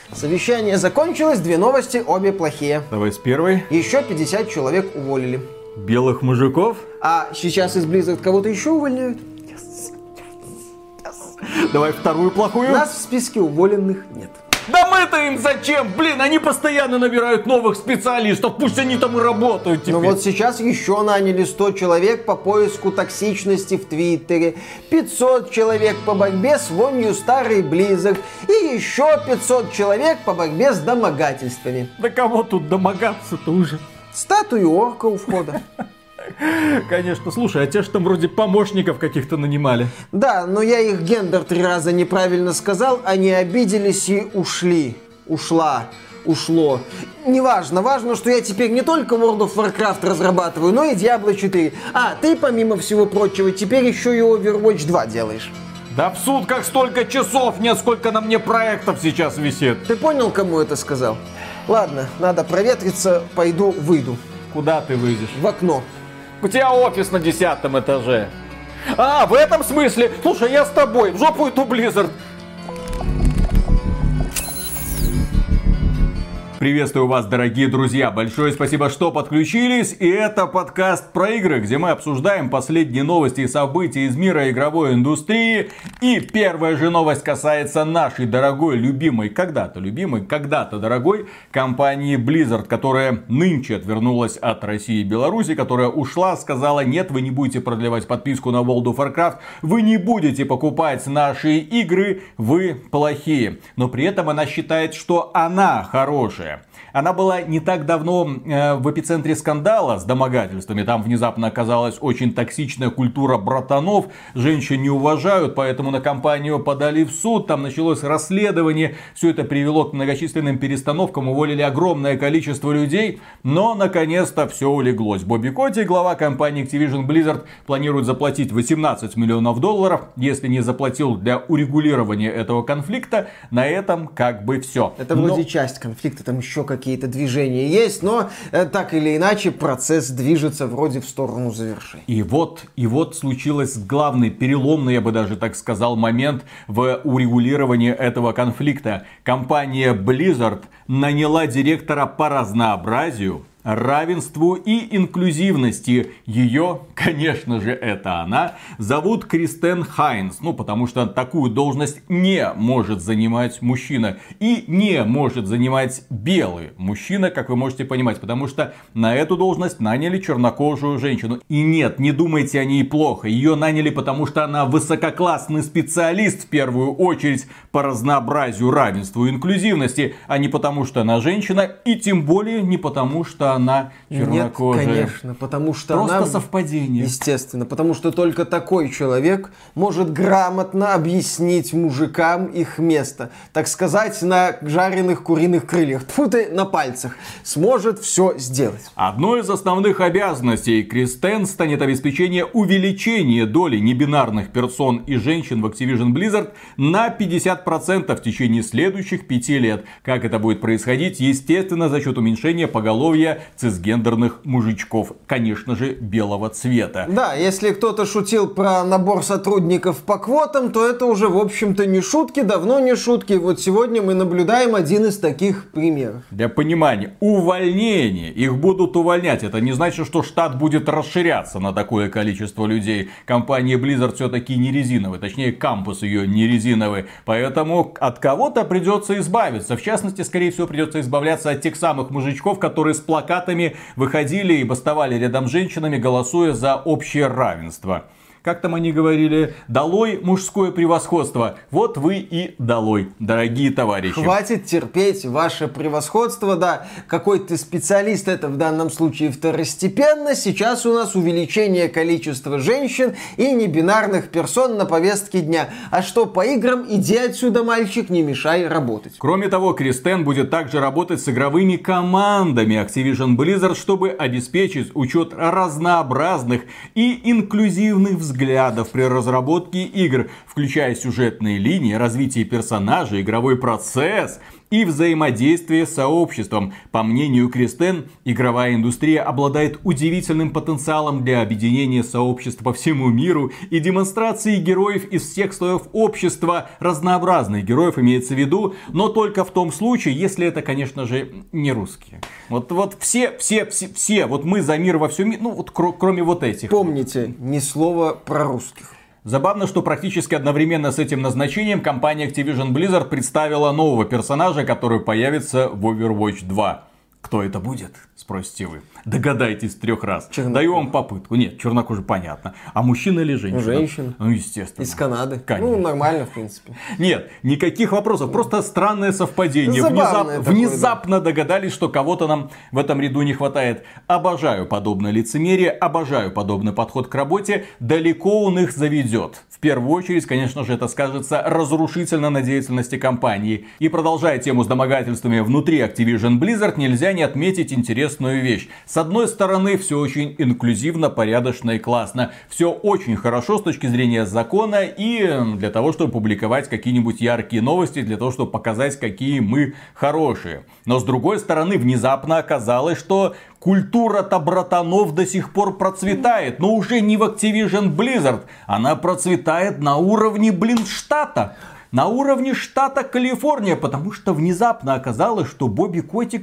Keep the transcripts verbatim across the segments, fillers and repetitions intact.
Совещание закончилось, две новости, обе плохие. Давай с первой. Еще пятьдесят человек уволили. Белых мужиков? А сейчас из Blizzard кого-то еще увольняют? Yes. Yes. Давай вторую плохую. Нас в списке уволенных нет. Да мы-то им зачем? Блин, они постоянно набирают новых специалистов, пусть они там и работают теперь. Ну вот сейчас еще наняли сто человек по поиску токсичности в Твиттере, пятьсот человек по борьбе с вонью старой Blizzard и еще пятьсот человек по борьбе с домогательствами. Да кого тут домогаться-то уже? Статую орка у входа. Конечно, слушай, а те же там вроде помощников каких-то нанимали. Да, но я их гендер три раза неправильно сказал, они обиделись и ушли. Ушла. Ушло. Неважно, важно, что я теперь не только World of Warcraft разрабатываю, но и Diablo четыре. А, ты, помимо всего прочего, теперь еще и Overwatch два делаешь. Да в сутках столько часов нет, сколько на мне проектов сейчас висит. Ты понял, кому это сказал? Ладно, надо проветриться, пойду выйду. Куда ты выйдешь? В окно. У тебя офис на десятом этаже. А, в этом смысле? Слушай, я с тобой. В жопу эту Blizzard. Приветствую вас, дорогие друзья. Большое спасибо, что подключились. И это подкаст про игры, где мы обсуждаем последние новости и события из мира игровой индустрии. И первая же новость касается нашей дорогой, любимой, когда-то любимой, когда-то дорогой компании Blizzard, которая нынче отвернулась от России и Беларуси, которая ушла, сказала: нет, вы не будете продлевать подписку на World of Warcraft, вы не будете покупать наши игры, вы плохие. Но при этом она считает, что она хорошая. Она была не так давно э, в эпицентре скандала с домогательствами. Там внезапно оказалась очень токсичная культура братанов. Женщин не уважают, поэтому на компанию подали в суд. Там началось расследование. Все это привело к многочисленным перестановкам. Уволили огромное количество людей. Но наконец-то все улеглось. Бобби Котти, глава компании Activision Blizzard, планирует заплатить восемнадцать миллионов долларов. Если не заплатил для урегулирования этого конфликта, на этом как бы все. Это вроде но... часть конфликта, там еще как какие-то движения есть, но э, так или иначе процесс движется вроде в сторону завершения. И вот, и вот случилось главный, переломный, я бы даже так сказал, момент в урегулировании этого конфликта. Компания Blizzard наняла директора по разнообразию, равенству и инклюзивности. Ее, конечно же, это она, зовут Кристен Хайнс. Ну, потому что такую должность не может занимать мужчина. И не может занимать белый мужчина, как вы можете понимать. Потому что на эту должность наняли чернокожую женщину. И нет, не думайте о ней плохо. Ее наняли, потому что она высококлассный специалист, в первую очередь, по разнообразию, равенству и инклюзивности. А не потому, что она женщина. И тем более не потому, что она чернокожая. Нет, конечно, потому что просто она... совпадение. Естественно, потому что только такой человек может грамотно объяснить мужикам их место. Так сказать, на жареных куриных крыльях. Тьфу ты, на пальцах. Сможет все сделать. Одной из основных обязанностей Кристен станет обеспечение увеличения доли небинарных персон и женщин в Activision Blizzard на пятьдесят процентов в течение следующих пяти лет. Как это будет происходить? Естественно, за счет уменьшения поголовья цисгендерных мужичков, конечно же, белого цвета. Да, если кто-то шутил про набор сотрудников по квотам, то это уже, в общем-то, не шутки, давно не шутки. Вот сегодня мы наблюдаем один из таких примеров. Для понимания, увольнение, их будут увольнять. Это не значит, что штат будет расширяться на такое количество людей. Компания Blizzard все-таки не резиновая, точнее, кампус ее не резиновый. Поэтому от кого-то придется избавиться. В частности, скорее всего, придется избавляться от тех самых мужичков, которые с плакатами выходили и бастовали рядом с женщинами, голосуя за общее равенство. Как там они говорили? Долой мужское превосходство. Вот вы и долой, дорогие товарищи. Хватит терпеть ваше превосходство, да. Какой ты специалист, это в данном случае второстепенно. Сейчас у нас увеличение количества женщин и небинарных персон на повестке дня. А что по играм? Иди отсюда, мальчик, не мешай работать. Кроме того, Кристен будет также работать с игровыми командами Activision Blizzard, чтобы обеспечить учет разнообразных и инклюзивных взглядов. взглядов при разработке игр, включая сюжетные линии, развитие персонажей, игровой процесс и взаимодействие с сообществом. По мнению Кристен, игровая индустрия обладает удивительным потенциалом для объединения сообществ по всему миру и демонстрации героев из всех слоев общества, разнообразных героев имеется в виду, но только в том случае, если это, конечно же, не русские. Вот, вот все, все, все, все, вот мы за мир во всем мире, ну вот кр- кроме вот этих. Помните, ни слова про русских. Забавно, что практически одновременно с этим назначением компания Activision Blizzard представила нового персонажа, который появится в Overwatch два. Кто это будет? Спросите вы. Догадайтесь трех раз. Чернокожий. Даю вам попытку. Нет, чернокожий понятно. А мужчина или женщина? Женщина. Ну, естественно. Из Канады. Конечно. Ну, нормально, в принципе. Нет, никаких вопросов. Просто странное совпадение. Забавное Внезап... такое, Внезапно да. догадались, что кого-то нам в этом ряду не хватает. Обожаю подобное лицемерие. Обожаю подобный подход к работе. Далеко он их заведет. В первую очередь, конечно же, это скажется разрушительно на деятельности компании. И продолжая тему с домогательствами внутри Activision Blizzard, нельзя не отметить интересную вещь. С одной стороны, все очень инклюзивно, порядочно и классно. Все очень хорошо с точки зрения закона и для того, чтобы публиковать какие-нибудь яркие новости, для того, чтобы показать, какие мы хорошие. Но с другой стороны, внезапно оказалось, что культура-то братанов до сих пор процветает. Но уже не в Activision Blizzard. Она процветает на уровне, блин, штата. На уровне штата Калифорния. Потому что внезапно оказалось, что Бобби Котик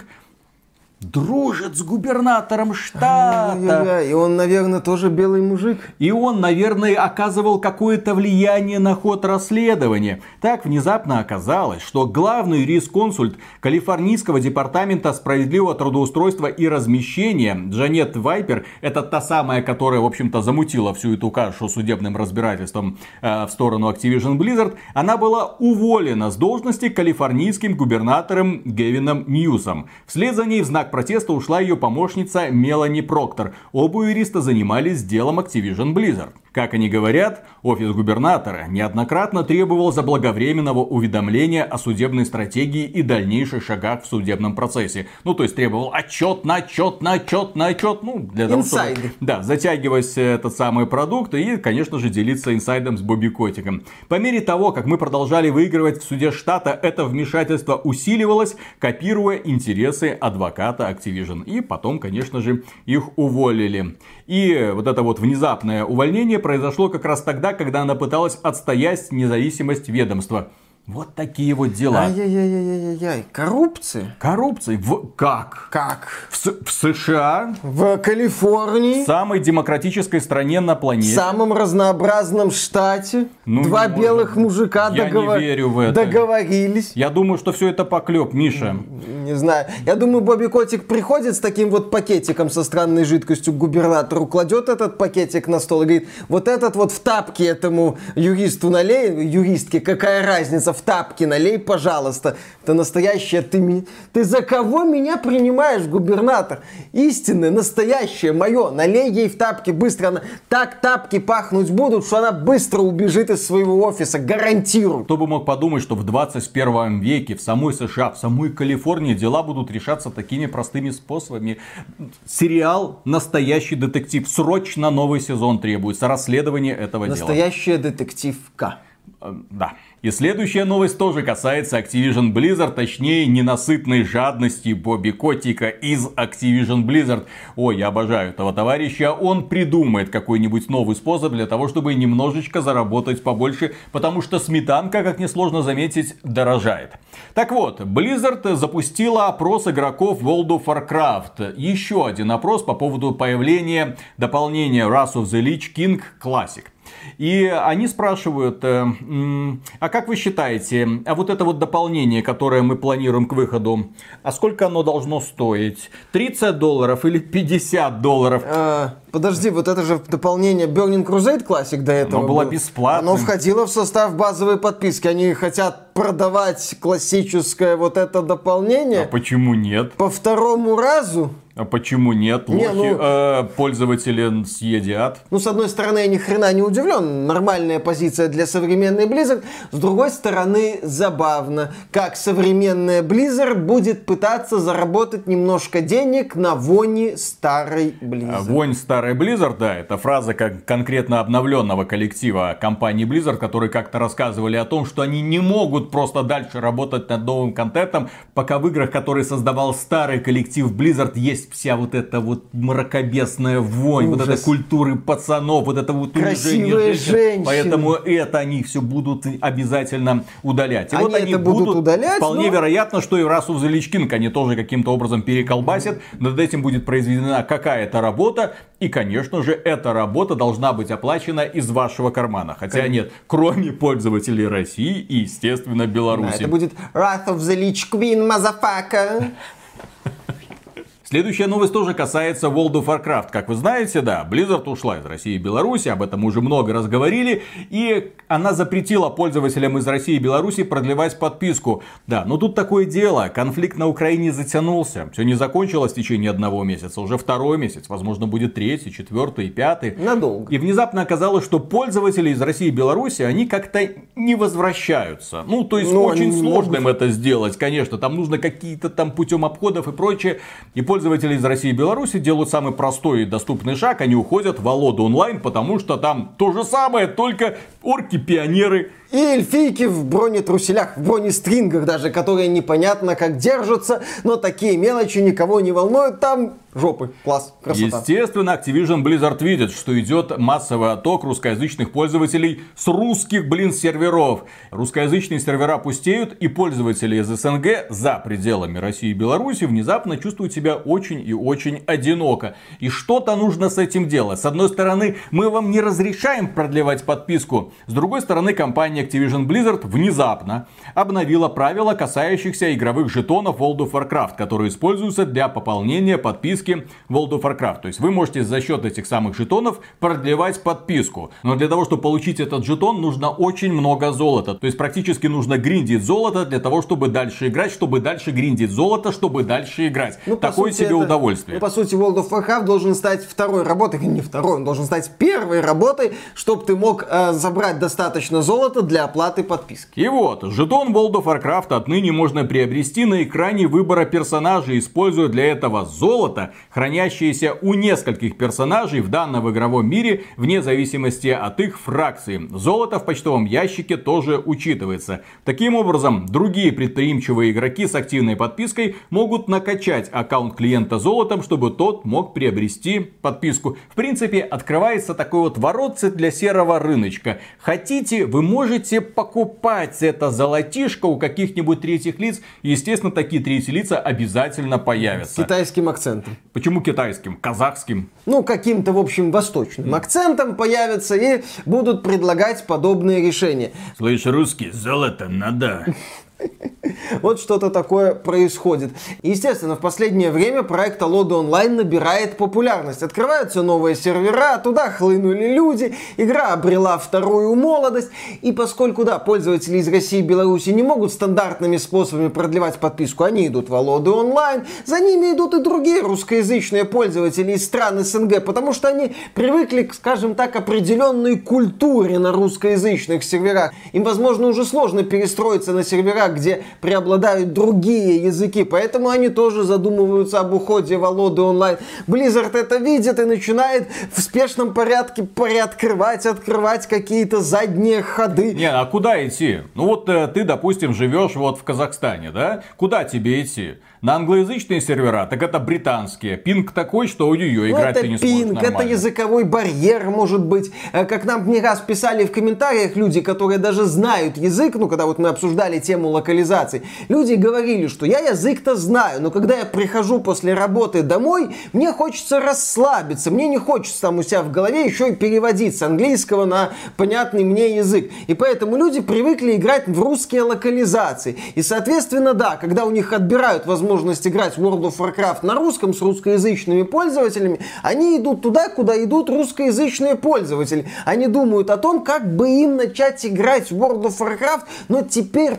дружит с губернатором штата. Ай-яй-яй. И он, наверное, тоже белый мужик. И он, наверное, оказывал какое-то влияние на ход расследования. Так внезапно оказалось, что главный юрисконсульт Калифорнийского департамента справедливого трудоустройства и размещения Джанет Вайпер, это та самая, которая, в общем-то, замутила всю эту кашу судебным разбирательством э, в сторону Activision Blizzard, она была уволена с должности калифорнийским губернатором Гевином Ньюсом. Вслед за ней в знак протеста ушла ее помощница Мелани Проктор. Оба юриста занимались делом Activision Blizzard. Как они говорят, офис губернатора неоднократно требовал заблаговременного уведомления о судебной стратегии и дальнейших шагах в судебном процессе. Ну, то есть требовал отчет на отчет на отчет на отчет. Ну, для того, чтобы, да, затягивать этот самый продукт и, конечно же, делиться инсайдом с Бобби Котиком. По мере того, как мы продолжали выигрывать в суде штата, это вмешательство усиливалось, копируя интересы адвоката Activision. И потом, конечно же, их уволили. И вот это вот внезапное увольнение произошло как раз тогда, когда она пыталась отстоять независимость ведомства. Вот такие вот дела. Ай-яй-яй-яй-яй. Коррупция? Коррупция? В... Как? Как? В, С... в США? В Калифорнии? В самой демократической стране на планете. В самом разнообразном штате? Ну, Два белых мужика Я договор... не верю в это. договорились? Я думаю, что все это поклеп, Миша. Не знаю. Я думаю, Бобби Котик приходит с таким вот пакетиком со странной жидкостью к губернатору, кладет этот пакетик на стол и говорит, вот этот вот в тапки этому юристу налей, юристке, какая разница, в тапки налей, пожалуйста. Это настоящее ты... Ми... Ты за кого меня принимаешь, губернатор? Истинное, настоящее, мое. Налей ей в тапки быстро. Она... Так тапки пахнуть будут, что она быстро убежит из своего офиса. Гарантирую. Кто бы мог подумать, что в двадцать первом веке в самой США, в самой Калифорнии дела будут решаться такими простыми способами. Сериал «Настоящий детектив». Срочно новый сезон требуется. Расследование этого дела. Настоящая детективка. Да. И следующая новость тоже касается Activision Blizzard, точнее ненасытной жадности Бобби Котика из Activision Blizzard. Ой, я обожаю этого товарища. Он придумает какой-нибудь новый способ для того, чтобы немножечко заработать побольше, потому что сметанка, как несложно заметить, дорожает. Так вот, Blizzard запустила опрос игроков World of Warcraft. Еще один опрос по поводу появления дополнения Wrath of the Lich King Classic. И они спрашивают, а как вы считаете, а вот это вот дополнение, которое мы планируем к выходу, а сколько оно должно стоить? тридцать долларов или пятьдесят долларов? А, подожди, вот это же дополнение Burning Crusade Classic до этого Оно было было. бесплатным. Оно входило в состав базовой подписки. Они хотят продавать классическое вот это дополнение. А почему нет? По второму разу? А почему нет? Лохи Не, ну... э, пользователи съедят. Ну, с одной стороны, я ни хрена не удивлен. Нормальная позиция для современной Blizzard. С другой стороны, забавно, как современная Blizzard будет пытаться заработать немножко денег на воне старой Blizzard. Вонь старой Blizzard, да, это фраза как конкретно обновленного коллектива компании Blizzard, которые как-то рассказывали о том, что они не могут просто дальше работать над новым контентом, пока в играх, которые создавал старый коллектив Blizzard, есть вся вот эта вот мракобесная вонь, Ужас. вот эта культуры пацанов, вот это вот унижение Красивые женщин. женщины. Поэтому это они все будут обязательно удалять. И Они вот они это будут будут удалять, вполне но- вероятно, что и расу в Lich King они тоже каким-то образом переколбасят. Над этим будет произведена какая-то работа. И, конечно же, эта работа должна быть оплачена из вашего кармана. Хотя нет, кроме пользователей России и, естественно, Да, Беларуси. это будет Wrath of the Lich Queen, motherfucker. Следующая новость тоже касается World of Warcraft. Как вы знаете, да, Blizzard ушла из России и Беларуси, об этом мы уже много раз говорили, и она запретила пользователям из России и Беларуси продлевать подписку. Да, но тут такое дело, конфликт на Украине затянулся, все не закончилось в течение одного месяца, уже второй месяц, возможно будет третий, четвертый, пятый. Надолго. И внезапно оказалось, что пользователи из России и Беларуси, они как-то не возвращаются. Ну, то есть Ну, очень они сложно могут. им это сделать, конечно, там нужно какие-то там путем обходов и прочее. И пользователи из России и Беларуси делают самый простой и доступный шаг. Они уходят в Алоду онлайн, потому что там то же самое, только орки-пионеры. И эльфийки в бронетруселях, в бронестрингах даже, которые непонятно как держатся, но такие мелочи никого не волнуют, там жопы, класс, красота. Естественно, Activision Blizzard видит, что идет массовый отток русскоязычных пользователей с русских, блин, серверов. Русскоязычные сервера пустеют, и пользователи из СНГ за пределами России и Беларуси внезапно чувствуют себя очень и очень одиноко. И что-то нужно с этим делать. С одной стороны, мы вам не разрешаем продлевать подписку. С другой стороны, компания Activision Blizzard внезапно обновила правила, касающихся игровых жетонов World of Warcraft, которые используются для пополнения подписки World of Warcraft. То есть вы можете за счет этих самых жетонов продлевать подписку. Но для того, чтобы получить этот жетон, нужно очень много золота. То есть практически нужно гриндить золото для того, чтобы дальше играть, чтобы дальше гриндить золото, чтобы дальше играть. Ну, по Такое сути, себе это- удовольствие. Ну, по сути, World of Warcraft должен стать второй работой, не второй, он должен стать первой работой, чтобы ты мог э, забрать достаточно золота для оплаты подписки. И вот, жетон World of Warcraft отныне можно приобрести на экране выбора персонажей, используя для этого золото, хранящееся у нескольких персонажей в данном игровом мире, вне зависимости от их фракции. Золото в почтовом ящике тоже учитывается. Таким образом, другие предприимчивые игроки с активной подпиской могут накачать аккаунт клиента золотом, чтобы тот мог приобрести подписку. В принципе, открывается такой вот воротце для серого рыночка. Хотите, вы можете покупать это золотишко у каких-нибудь третьих лиц. Естественно, такие третьи лица обязательно С появятся. китайским акцентом. Почему китайским? Казахским? Ну, каким-то, в общем, восточным акцентом появятся и будут предлагать подобные решения. Слышь, русский, золото надо. Вот что-то такое происходит. Естественно, в последнее время проект Алода Онлайн набирает популярность. Открываются новые сервера, туда хлынули люди, игра обрела вторую молодость. И поскольку, да, пользователи из России и Беларуси не могут стандартными способами продлевать подписку, они идут в Алоду Онлайн, за ними идут и другие русскоязычные пользователи из стран СНГ, потому что они привыкли к, скажем так, определенной культуре на русскоязычных серверах. Им, возможно, уже сложно перестроиться на сервера, где преобладают другие языки, поэтому они тоже задумываются об уходе в Алоду Онлайн. Blizzard это видит и начинает в спешном порядке приоткрывать, открывать какие-то задние ходы. Не, а куда идти? Ну вот э, ты, допустим, живешь вот в Казахстане, да? Куда тебе идти? На англоязычные сервера, так это британские. Пинг такой, что ой-ой-ой, Ну, играть это ты не сможешь пинг, нормально. это языковой барьер, может быть. Э, Как нам не раз писали в комментариях люди, которые даже знают язык, ну, когда вот мы обсуждали тему локализации, люди говорили, что я язык-то знаю, но когда я прихожу после работы домой, мне хочется расслабиться, мне не хочется там у себя в голове еще и переводить с английского на понятный мне язык. И поэтому люди привыкли играть в русские локализации. И, соответственно, да, когда у них отбирают возможность играть в World of Warcraft на русском с русскоязычными пользователями, они идут туда, куда идут русскоязычные пользователи. Они думают о том, как бы им начать играть в World of Warcraft, но теперь по-другому.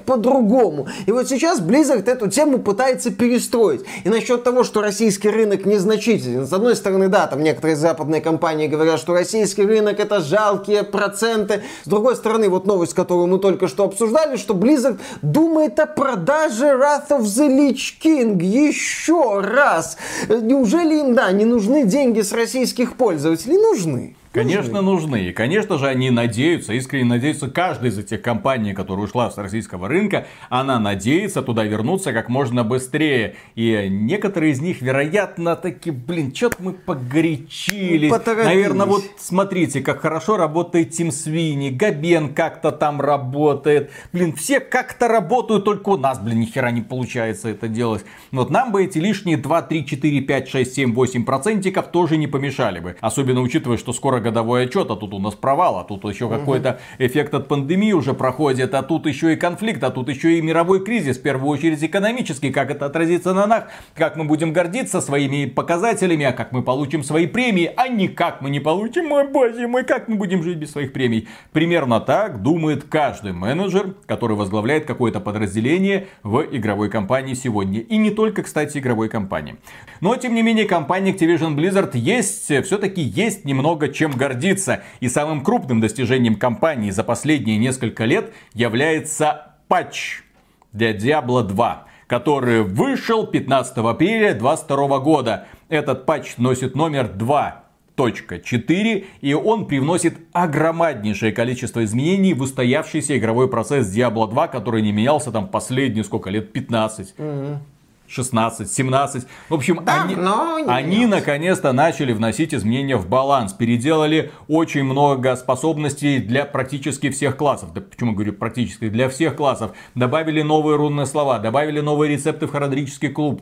по-другому. И вот сейчас Blizzard эту тему пытается перестроить. И насчет того, что российский рынок незначителен. С одной стороны, да, там некоторые западные компании говорят, что российский рынок это жалкие проценты. С другой стороны, вот новость, которую мы только что обсуждали, что Blizzard думает о продаже Wrath of the Lich King еще раз. Неужели им, да, не нужны деньги с российских пользователей? Нужны. Конечно, нужны. И, конечно же, они надеются, искренне надеются, каждая из этих компаний, которая ушла с российского рынка, она надеется туда вернуться как можно быстрее. И некоторые из них, вероятно, таки, блин, что-то мы погорячились. Поторопились. Наверное, вот смотрите, как хорошо работает Тим Свини, Габен как-то там работает. Блин, все как-то работают, только у нас, блин, ни хера не получается это делать. Вот нам бы эти лишние два, три, четыре, пять, шесть, семь, восемь процентиков тоже не помешали бы. Особенно учитывая, что скоро годовой отчет, а тут у нас провал, а тут еще угу. какой-то эффект от пандемии уже проходит, а тут еще и конфликт, а тут еще и мировой кризис, в первую очередь экономический, как это отразится на нас, как мы будем гордиться своими показателями, а как мы получим свои премии, а никак мы не получим, мой боже мой, как мы будем жить без своих премий. Примерно так думает каждый менеджер, который возглавляет какое-то подразделение в игровой компании сегодня. И не только, кстати, игровой компании. Но, тем не менее, компания Activision Blizzard есть, все-таки есть немного чем гордиться. И самым крупным достижением компании за последние несколько лет является патч для Diablo два, который вышел пятнадцатого апреля двадцать второго года. Этот патч носит номер два точка четыре, и он привносит огромнейшее количество изменений в устоявшийся игровой процесс Diablo два, который не менялся там последние сколько лет, пятнадцать. Mm-hmm. шестнадцать, семнадцать. В общем, да, они, они наконец-то начали вносить изменения в баланс. Переделали очень много способностей для практически всех классов. Да почему говорю практически? Для всех классов. Добавили новые рунные слова. Добавили новые рецепты в Харадрический клуб.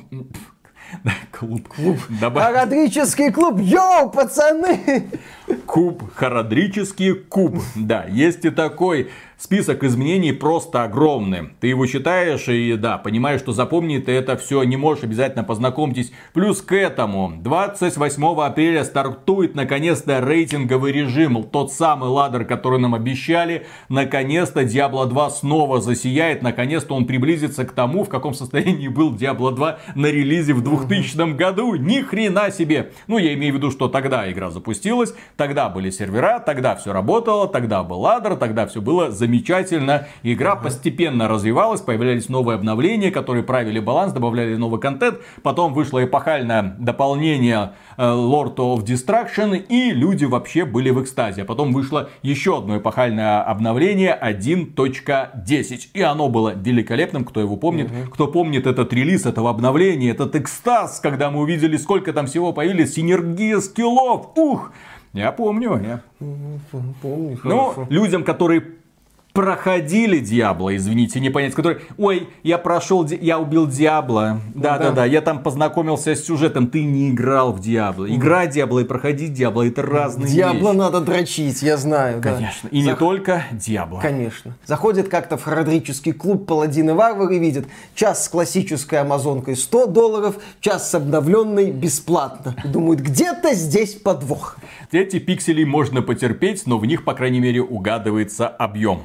Да, клуб. Клуб. Добав... Харадрический клуб. Йоу, пацаны! Куб. Харадрический куб. Да, есть и такой. Список изменений просто огромный. Ты его читаешь и, да, понимаешь, что запомнить ты это все не можешь. Обязательно познакомьтесь. Плюс к этому двадцать восьмого апреля стартует наконец-то рейтинговый режим. Тот самый ладер, который нам обещали. Наконец-то Diablo два снова засияет. Наконец-то он приблизится к тому, в каком состоянии был Diablo два на релизе в двухтысячном году. Ни хрена себе. Ну, я имею в виду, что тогда игра запустилась. Тогда были сервера. Тогда все работало. Тогда был ладер. Тогда все было замечательно. Замечательно. Игра uh-huh. постепенно развивалась, появлялись новые обновления, которые правили баланс, добавляли новый контент. Потом вышло эпохальное дополнение Lord of Destruction, и люди вообще были в экстазе. А потом вышло еще одно эпохальное обновление один точка десять. И оно было великолепным, кто его помнит. Uh-huh. Кто помнит этот релиз, этого обновления, этот экстаз, когда мы увидели, сколько там всего появились, синергия скиллов. Ух! Я помню. Я... Uh-huh. Помню. Ну, хорошо. Людям, которые проходили Диабло, извините, не понять, который, ой, я прошел, я убил Диабло, да-да-да, я там познакомился с сюжетом, ты не играл в Диабло. Игра Диабло и проходить Диабло это разные вещи. Диабло надо дрочить, я знаю. Конечно, да. и Зах... не только Диабло. Конечно. Заходит как-то в Харадрический клуб паладины варвары и видит час с классической амазонкой сто долларов, час с обновленной бесплатно. И думают, где-то здесь подвох. Эти пиксели можно потерпеть, но в них, по крайней мере, угадывается объем.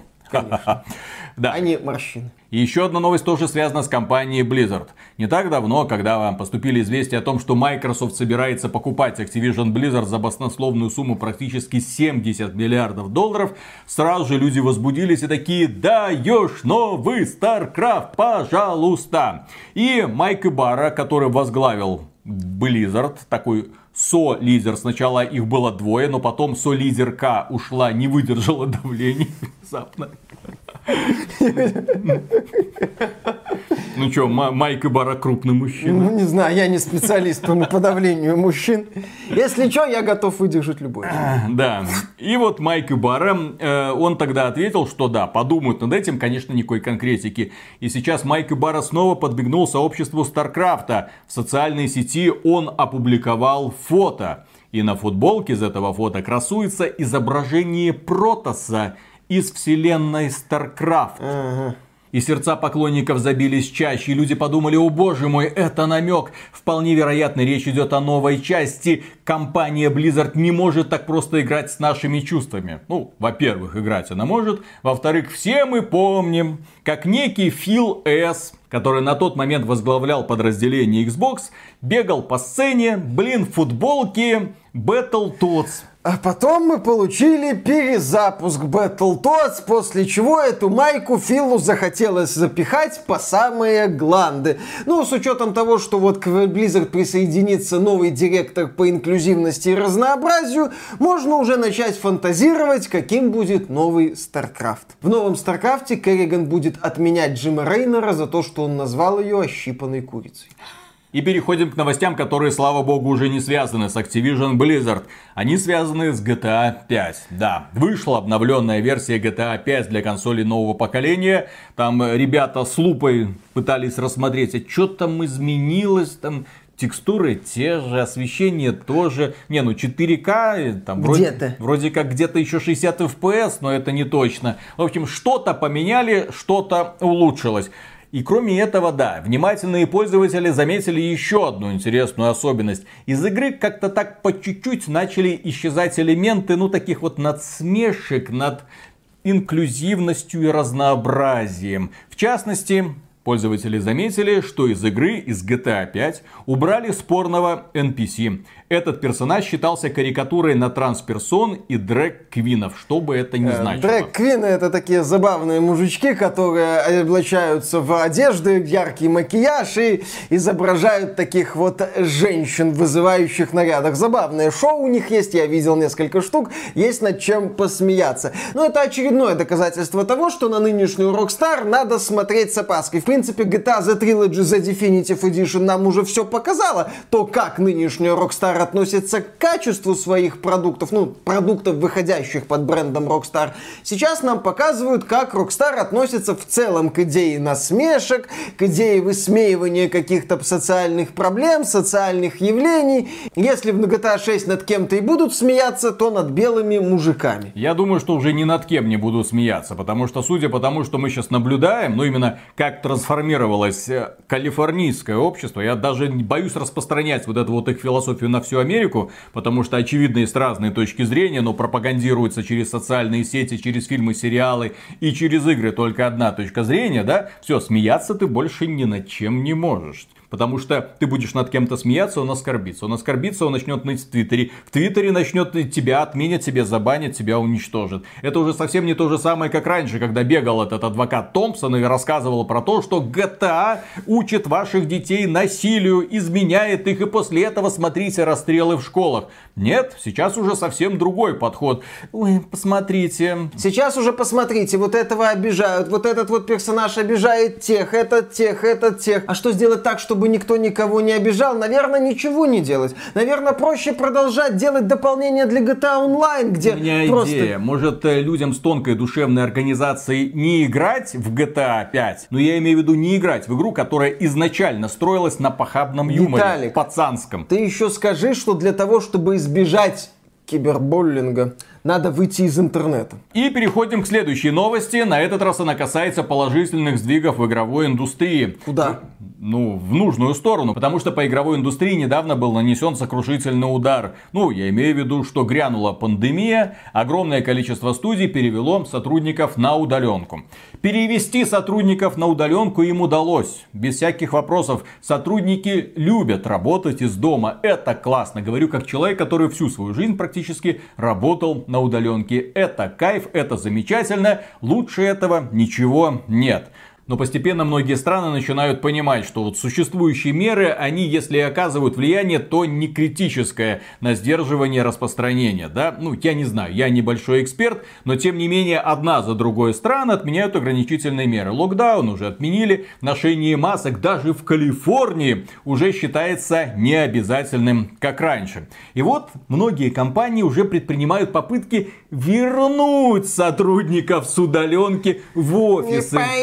Да. А не морщины. И еще одна новость тоже связана с компанией Blizzard. Не так давно, когда вам поступили известия о том, что Microsoft собирается покупать Activision Blizzard за баснословную сумму практически семьдесят миллиардов долларов, сразу же люди возбудились и такие: даешь новый StarCraft, пожалуйста. И Майк Ибарра, который возглавил Blizzard, такой со-лидер, сначала их было двое, но потом со-лидерка ушла, не выдержала давления внезапно. Ну что, Майк Ибарра крупный мужчина. Ну не знаю, я не специалист по подавлению мужчин. Если что, я готов выдержать любой. Да. И вот Майк Ибарра, э, он тогда ответил, что да, подумают над этим, конечно, никакой конкретики. И сейчас Майк Ибарра снова подбегнул сообществу Старкрафта. В социальной сети он опубликовал фото. И на футболке из этого фото красуется изображение Протоса из вселенной StarCraft. Ага. И сердца поклонников забились чаще, и люди подумали: о боже мой, это намек. Вполне вероятно, речь идет о новой части. Компания Blizzard не может так просто играть с нашими чувствами. Ну, во-первых, играть она может. Во-вторых, все мы помним, как некий Фил Эс, который на тот момент возглавлял подразделение Xbox, бегал по сцене, блин, в футболке Battletoads. А потом мы получили перезапуск Battletoads, после чего эту майку Филу захотелось запихать по самые гланды. Ну, с учетом того, что вот к Blizzard присоединится новый директор по инклюзивности и разнообразию, можно уже начать фантазировать, каким будет новый StarCraft. В новом StarCraft'е Керриган будет отменять Джима Рейнера за то, что он назвал ее ощипанной курицей. И переходим к новостям, которые, слава богу, уже не связаны с Activision Blizzard. Они связаны с джи ти эй пять. Да, вышла обновленная версия джи ти эй пять для консолей нового поколения. Там ребята с лупой пытались рассмотреть, а что там изменилось, там текстуры те же, освещение тоже. Не, ну четыре ка, там вроде, вроде как где-то еще шестьдесят эф пи эс, но это не точно. В общем, что-то поменяли, что-то улучшилось. И кроме этого, да, внимательные пользователи заметили еще одну интересную особенность. Из игры как-то так по чуть-чуть начали исчезать элементы, ну, таких вот надсмешек над инклюзивностью и разнообразием. В частности, пользователи заметили, что из игры, из джи ти эй пять, убрали спорного эн пи си. Этот персонаж считался карикатурой на трансперсон и дрэг-квинов, что бы это ни значило. Дрэг-квины — это такие забавные мужички, которые облачаются в одежды, яркий макияж и изображают таких вот женщин в вызывающих нарядах. Забавное шоу у них есть, я видел несколько штук, есть над чем посмеяться. Но это очередное доказательство того, что на нынешнюю Rockstar надо смотреть с опаской. В принципе, джи ти эй The Trilogy The Definitive Edition нам уже все показало, то, как нынешняя Rockstar относится к качеству своих продуктов, ну, продуктов, выходящих под брендом Rockstar. Сейчас нам показывают, как Rockstar относится в целом к идее насмешек, к идее высмеивания каких-то социальных проблем, социальных явлений. Если в джи ти эй шесть над кем-то и будут смеяться, то над белыми мужиками. Я думаю, что уже ни над кем не буду смеяться, потому что, судя по тому, что мы сейчас наблюдаем, ну, именно как трансформировалось калифорнийское общество, я даже боюсь распространять вот эту вот их философию на всю Америку, потому что, очевидно, есть разные точки зрения, но пропагандируется через социальные сети, через фильмы, сериалы и через игры только одна точка зрения, да, все, смеяться ты больше ни над чем не можешь. Потому что ты будешь над кем-то смеяться, он оскорбится. Он оскорбится, он начнет ныть в Твиттере. В Твиттере начнет тебя отменят, тебя забанят, тебя уничтожат. Это уже совсем не то же самое, как раньше, когда бегал этот адвокат Томпсон и рассказывал про то, что джи ти эй учит ваших детей насилию, изменяет их, и после этого смотрите расстрелы в школах. Нет, сейчас уже совсем другой подход. Ой, посмотрите. Сейчас уже посмотрите, вот этого обижают, вот этот вот персонаж обижает тех, этот тех, этот тех. А что сделать так, чтобы никто никого не обижал? Наверное, ничего не делать. Наверное, проще продолжать делать дополнение для джи ти эй Online, где У меня просто... идея. Может, людям с тонкой душевной организацией не играть в джи ти эй пять? Но я имею в виду не играть в игру, которая изначально строилась на похабном юморе. Виталик, пацанском. Ты еще скажи, что для того, чтобы избежать кибербуллинга, надо выйти из интернета. И переходим к следующей новости. На этот раз она касается положительных сдвигов в игровой индустрии. Куда? Ну, в нужную сторону. Потому что по игровой индустрии недавно был нанесен сокрушительный удар. Ну, я имею в виду, что грянула пандемия. Огромное количество студий перевело сотрудников на удаленку. Перевести сотрудников на удаленку им удалось. Без всяких вопросов. Сотрудники любят работать из дома. Это классно. Говорю как человек, который всю свою жизнь практически работал на удаленке. Это кайф, это замечательно. Лучше этого ничего нет. Но постепенно многие страны начинают понимать, что вот существующие меры, они, если и оказывают влияние, то не критическое на сдерживание распространения. Да? Ну, я не знаю, я небольшой эксперт, но тем не менее одна за другой страны отменяют ограничительные меры. Локдаун уже отменили, ношение масок даже в Калифорнии уже считается необязательным, как раньше. И вот многие компании уже предпринимают попытки вернуть сотрудников с удаленки в офисы. Не пойду.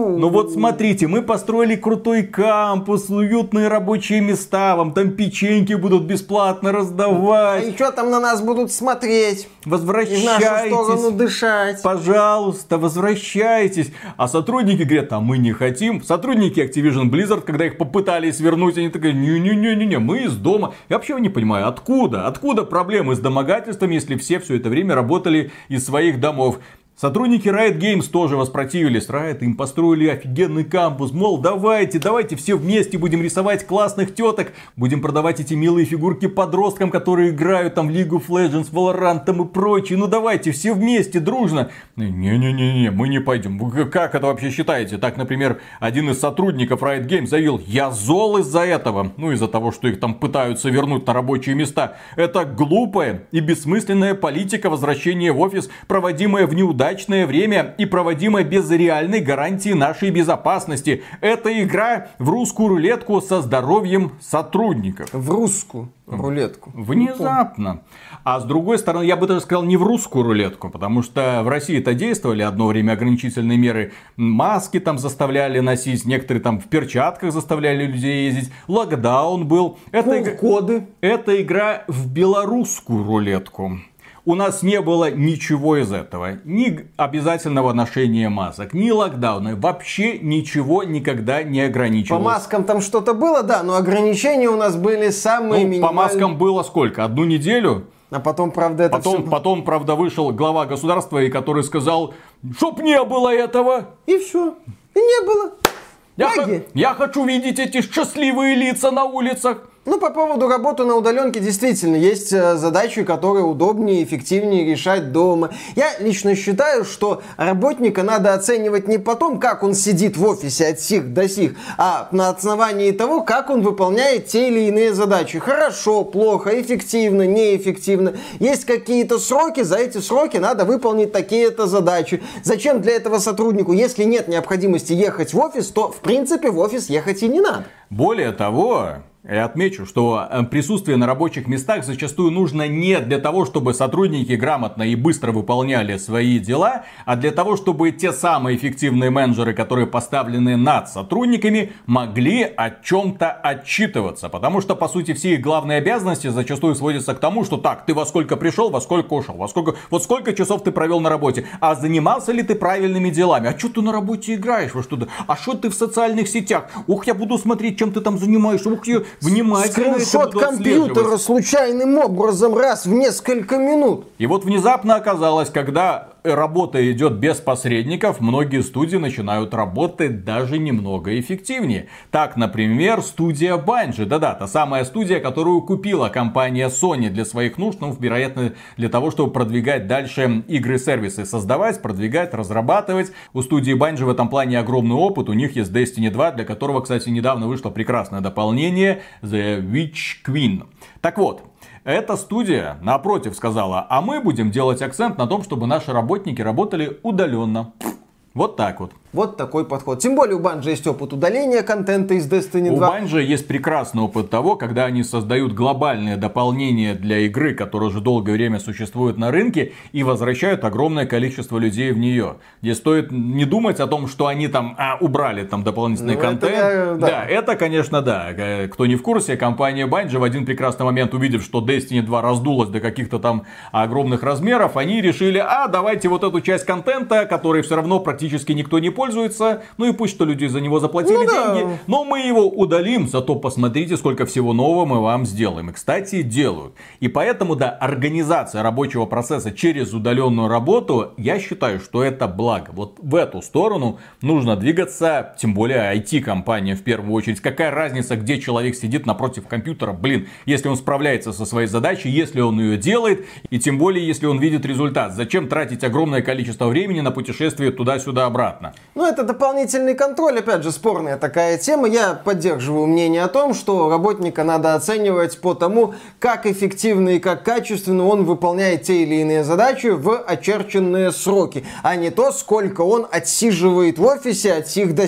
фу. Ну вот смотрите, мы построили крутой кампус, уютные рабочие места, вам там печеньки будут бесплатно раздавать. А и что там на нас будут смотреть? Возвращайтесь. И в нашу сторону дышать. Пожалуйста, возвращайтесь. А сотрудники говорят, а мы не хотим. Сотрудники Activision Blizzard, когда их попытались вернуть, они такие, не-не-не-не, мы из дома. Я вообще не понимаю, откуда? Откуда проблемы с домогательством, если все все это время работали из своих домов? Сотрудники Riot Games тоже воспротивились. Riot им построили офигенный кампус. Мол, давайте, давайте все вместе будем рисовать классных теток. Будем продавать эти милые фигурки подросткам, которые играют там в League of Legends, Valorant там и прочее. Ну давайте, все вместе, дружно. Не-не-не, мы не пойдем. Вы как это вообще считаете? Так, например, один из сотрудников Riot Games заявил, я зол из-за этого. Ну, из-за того, что их там пытаются вернуть на рабочие места. Это глупая и бессмысленная политика возвращения в офис, проводимая в неудаче. Время и проводимое без реальной гарантии нашей безопасности. Это игра в русскую рулетку со здоровьем сотрудников. В русскую рулетку. Внезапно. А с другой стороны, я бы даже сказал не в русскую рулетку, потому что в России-то действовали одно время ограничительные меры. Маски там заставляли носить, некоторые там в перчатках заставляли людей ездить. Локдаун был. Это Полкоды. Это игра в белорусскую рулетку. У нас не было ничего из этого. Ни обязательного ношения масок, ни локдауна. Вообще ничего никогда не ограничивалось. По маскам там что-то было, да, но ограничения у нас были самые ну, минимальные. По маскам было сколько? Одну неделю? А потом, правда, это потом, все... Потом, правда, вышел глава государства, и который сказал, чтоб не было этого. И все. И не было. Я, х- я хочу видеть эти счастливые лица на улицах. Ну, по поводу работы на удаленке, действительно, есть задачи, которые удобнее и эффективнее решать дома. Я лично считаю, что работника надо оценивать не по тому, как он сидит в офисе от сих до сих, а на основании того, как он выполняет те или иные задачи. Хорошо, плохо, эффективно, неэффективно. Есть какие-то сроки, за эти сроки надо выполнить такие-то задачи. Зачем для этого сотруднику, если нет необходимости ехать в офис, то, в принципе, в офис ехать и не надо. Более того... Я отмечу, что присутствие на рабочих местах зачастую нужно не для того, чтобы сотрудники грамотно и быстро выполняли свои дела, а для того, чтобы те самые эффективные менеджеры, которые поставлены над сотрудниками, могли о чем-то отчитываться. Потому что, по сути, все их главные обязанности зачастую сводятся к тому, что так, ты во сколько пришел, во сколько ушел, во сколько, вот сколько часов ты провел на работе, а занимался ли ты правильными делами, а что ты на работе играешь, во что-то, а что ты в социальных сетях, ух, я буду смотреть, чем ты там занимаешься, ух, я внимательно скриншот компьютера случайным образом раз в несколько минут. И вот внезапно оказалось, когда работа идет без посредников, многие студии начинают работать даже немного эффективнее. Так, например, студия Bungie. Да-да, та самая студия, которую купила компания Sony для своих нужд, ну, вероятно, для того, чтобы продвигать дальше игры-сервисы. Создавать, продвигать, разрабатывать. У студии Bungie в этом плане огромный опыт. У них есть Destiny два, для которого, кстати, недавно вышло прекрасное дополнение The Witch Queen. Так вот, эта студия, напротив, сказала, а мы будем делать акцент на том, чтобы наши работники работали удаленно. Вот так вот. Вот такой подход. Тем более у Bungie есть опыт удаления контента из Destiny два. У Bungie есть прекрасный опыт того, когда они создают глобальное дополнение для игры, которая уже долгое время существует на рынке, и возвращают огромное количество людей в нее. Где стоит не думать о том, что они там а, убрали там дополнительный ну, контент. Это, да. да, это, конечно, да. Кто не в курсе, компания Bungie в один прекрасный момент, увидев, что Destiny два раздулась до каких-то там огромных размеров, они решили, а давайте вот эту часть контента, который все равно практически никто не пользуется, ну и пусть что люди за него заплатили ну, деньги, да. но мы его удалим, зато посмотрите, сколько всего нового мы вам сделаем. И, кстати, делают. И поэтому, да, организация рабочего процесса через удаленную работу, я считаю, что это благо. Вот в эту сторону нужно двигаться, тем более ай ти-компания в первую очередь. Какая разница, где человек сидит напротив компьютера, блин, если он справляется со своей задачей, если он ее делает, и тем более, если он видит результат. Зачем тратить огромное количество времени на путешествие туда-сюда обратно? Ну, это дополнительный контроль, опять же, спорная такая тема. Я поддерживаю мнение о том, что работника надо оценивать по тому, как эффективно и как качественно он выполняет те или иные задачи в очерченные сроки, а не то, сколько он отсиживает в офисе от сих до сих.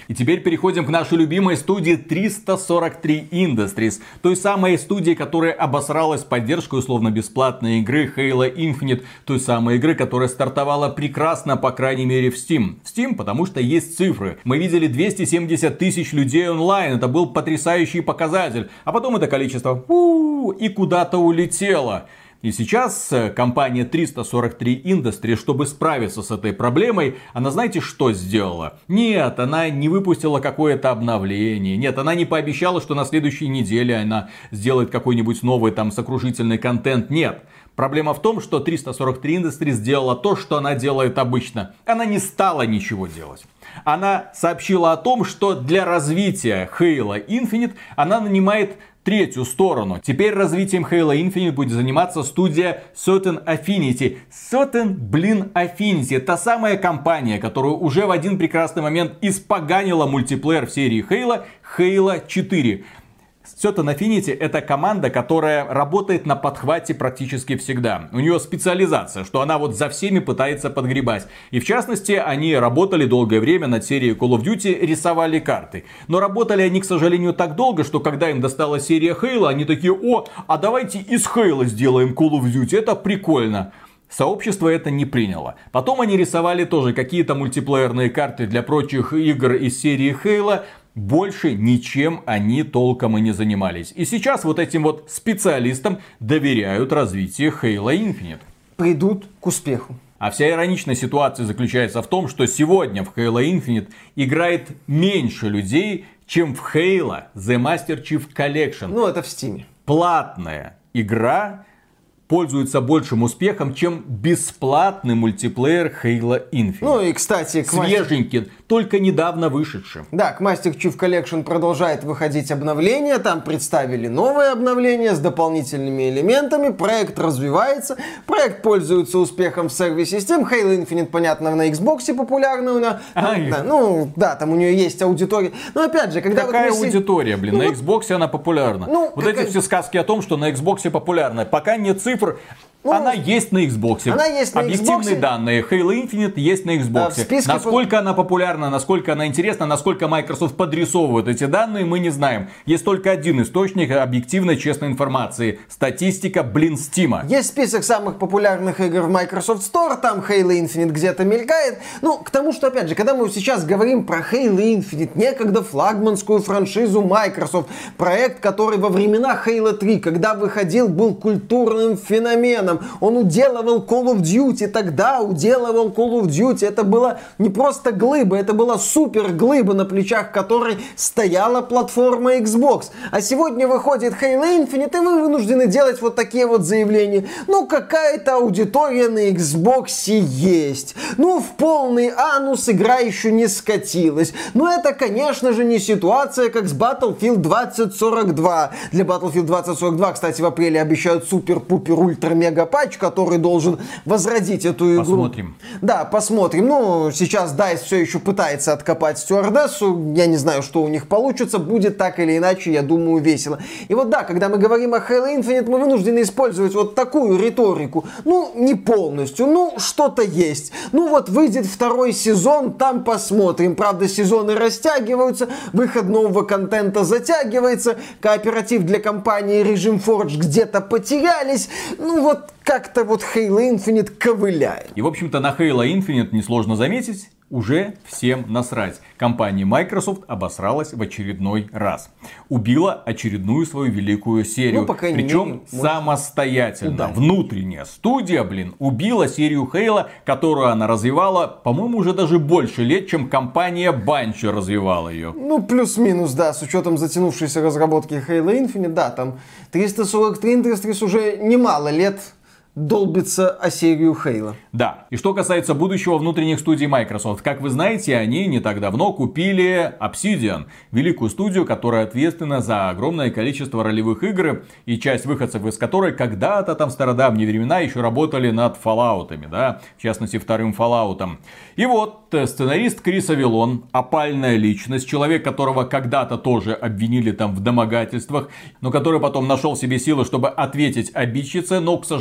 И теперь переходим к нашей любимой студии триста сорок три Industries. Той самой студии, которая обосралась поддержкой условно-бесплатной игры Halo Infinite. Той самой игры, которая стартовала прекрасно, по крайней мере, в Steam. В Steam, потому что есть цифры. Мы видели двести семьдесят тысяч людей онлайн. Это был потрясающий показатель. А потом это количество у-у-у, и куда-то улетело. И сейчас компания триста сорок три Industries, чтобы справиться с этой проблемой, она знаете, что сделала? Нет, она не выпустила какое-то обновление. Нет, она не пообещала, что на следующей неделе она сделает какой-нибудь новый там сокрушительный контент. Нет. Проблема в том, что триста сорок три Industries сделала то, что она делает обычно. Она не стала ничего делать. Она сообщила о том, что для развития Halo Infinite она нанимает третью сторону. Теперь развитием Halo Infinite будет заниматься студия Certain Affinity. Certain, блин, Affinity. Та самая компания, которая уже в один прекрасный момент испоганила мультиплеер в серии Halo, Halo четыре. Certain Affinity — это команда, которая работает на подхвате практически всегда. У нее специализация, что она вот за всеми пытается подгребать. И в частности, они работали долгое время над серией Call of Duty, рисовали карты. Но работали они, к сожалению, так долго, что когда им досталась серия Halo, они такие: о, а давайте из Halo сделаем Call of Duty, это прикольно. Сообщество это не приняло. Потом они рисовали тоже какие-то мультиплеерные карты для прочих игр из серии Halo. Больше ничем они толком и не занимались. И сейчас вот этим вот специалистам доверяют развитие Halo Infinite. Придут к успеху. А вся ироничная ситуация заключается в том, что сегодня в Halo Infinite играет меньше людей, чем в Halo The Master Chief Collection. Ну, это в Steam. Платная игра пользуется большим успехом, чем бесплатный мультиплеер Halo Infinite. Ну и, кстати, к свеженький, мастер... только недавно вышедший. Да, к Master Chief Collection продолжает выходить обновления. Там представили новые обновления с дополнительными элементами. Проект развивается. Проект пользуется успехом в сервисе Steam. Halo Infinite, понятно, на Xbox популярна у нее. Ай. Да, ну, да, там у нее есть аудитория. Но опять же, когда... Какая вот мы... аудитория, блин? Ну, на Xbox она популярна. Ну, вот какая... эти все сказки о том, что на Xbox популярна. Пока нет цифр. Ну, она есть на Xbox. Она есть на Объективные Xbox. данные. Halo Infinite есть на Xbox. Да, списке... Насколько она популярна, насколько она интересна, насколько Microsoft подрисовывает эти данные, мы не знаем. Есть только один источник объективной, честной информации. Статистика, блин, Steam. Есть список самых популярных игр в Microsoft Store. Там Halo Infinite где-то мелькает. Ну, к тому, что, опять же, когда мы сейчас говорим про Halo Infinite, некогда флагманскую франшизу Microsoft, проект, который во времена Halo три, когда выходил, был культурным феноменом. Он уделывал Call of Duty, тогда уделывал Call of Duty. Это была не просто глыба, это была супер глыба, на плечах которой стояла платформа Xbox. А сегодня выходит Halo Infinite, и вы вынуждены делать вот такие вот заявления. Ну, какая-то аудитория на Xbox есть. Ну, в полный анус игра еще не скатилась. Но это, конечно же, не ситуация, как с Battlefield двадцать сорок два. Для Battlefield двадцать сорок два, кстати, в апреле обещают супер-пупер-ультра-мега патч, который должен возродить эту игру. Посмотрим. Да, посмотрим. Ну, сейчас дайс все еще пытается откопать стюардессу. Я не знаю, что у них получится. Будет так или иначе, я думаю, весело. И вот да, когда мы говорим о Halo Infinite, мы вынуждены использовать вот такую риторику. Ну, не полностью. Ну, что-то есть. Ну, вот выйдет второй сезон, там посмотрим. Правда, сезоны растягиваются, выход нового контента затягивается, кооператив для компании Режим Forge где-то потерялись. Ну, вот как-то вот Halo Infinite ковыляет. И, в общем-то, на Halo Infinite, несложно заметить, уже всем насрать. Компания Microsoft обосралась в очередной раз. Убила очередную свою великую серию. Ну, по крайней Причем мере, самостоятельно. удачно. Внутренняя студия, блин, убила серию Halo, которую она развивала, по-моему, уже даже больше лет, чем компания Bungie развивала ее. Ну, плюс-минус, да, с учетом затянувшейся разработки Halo Infinite, да, там триста сорок три Industries уже немало лет долбится о серию Halo. Да. И что касается будущего внутренних студий Microsoft. Как вы знаете, они не так давно купили Obsidian. Великую студию, которая ответственна за огромное количество ролевых игр. И часть выходцев из которой когда-то там в стародавние времена еще работали над Fallout'ами. Да? В частности, вторым Fallout'ом. И вот сценарист Крис Авилон, опальная личность. Человек, которого когда-то тоже обвинили там в домогательствах. Но который потом нашел в себе силы, чтобы ответить обидчице. Но, к сожалению,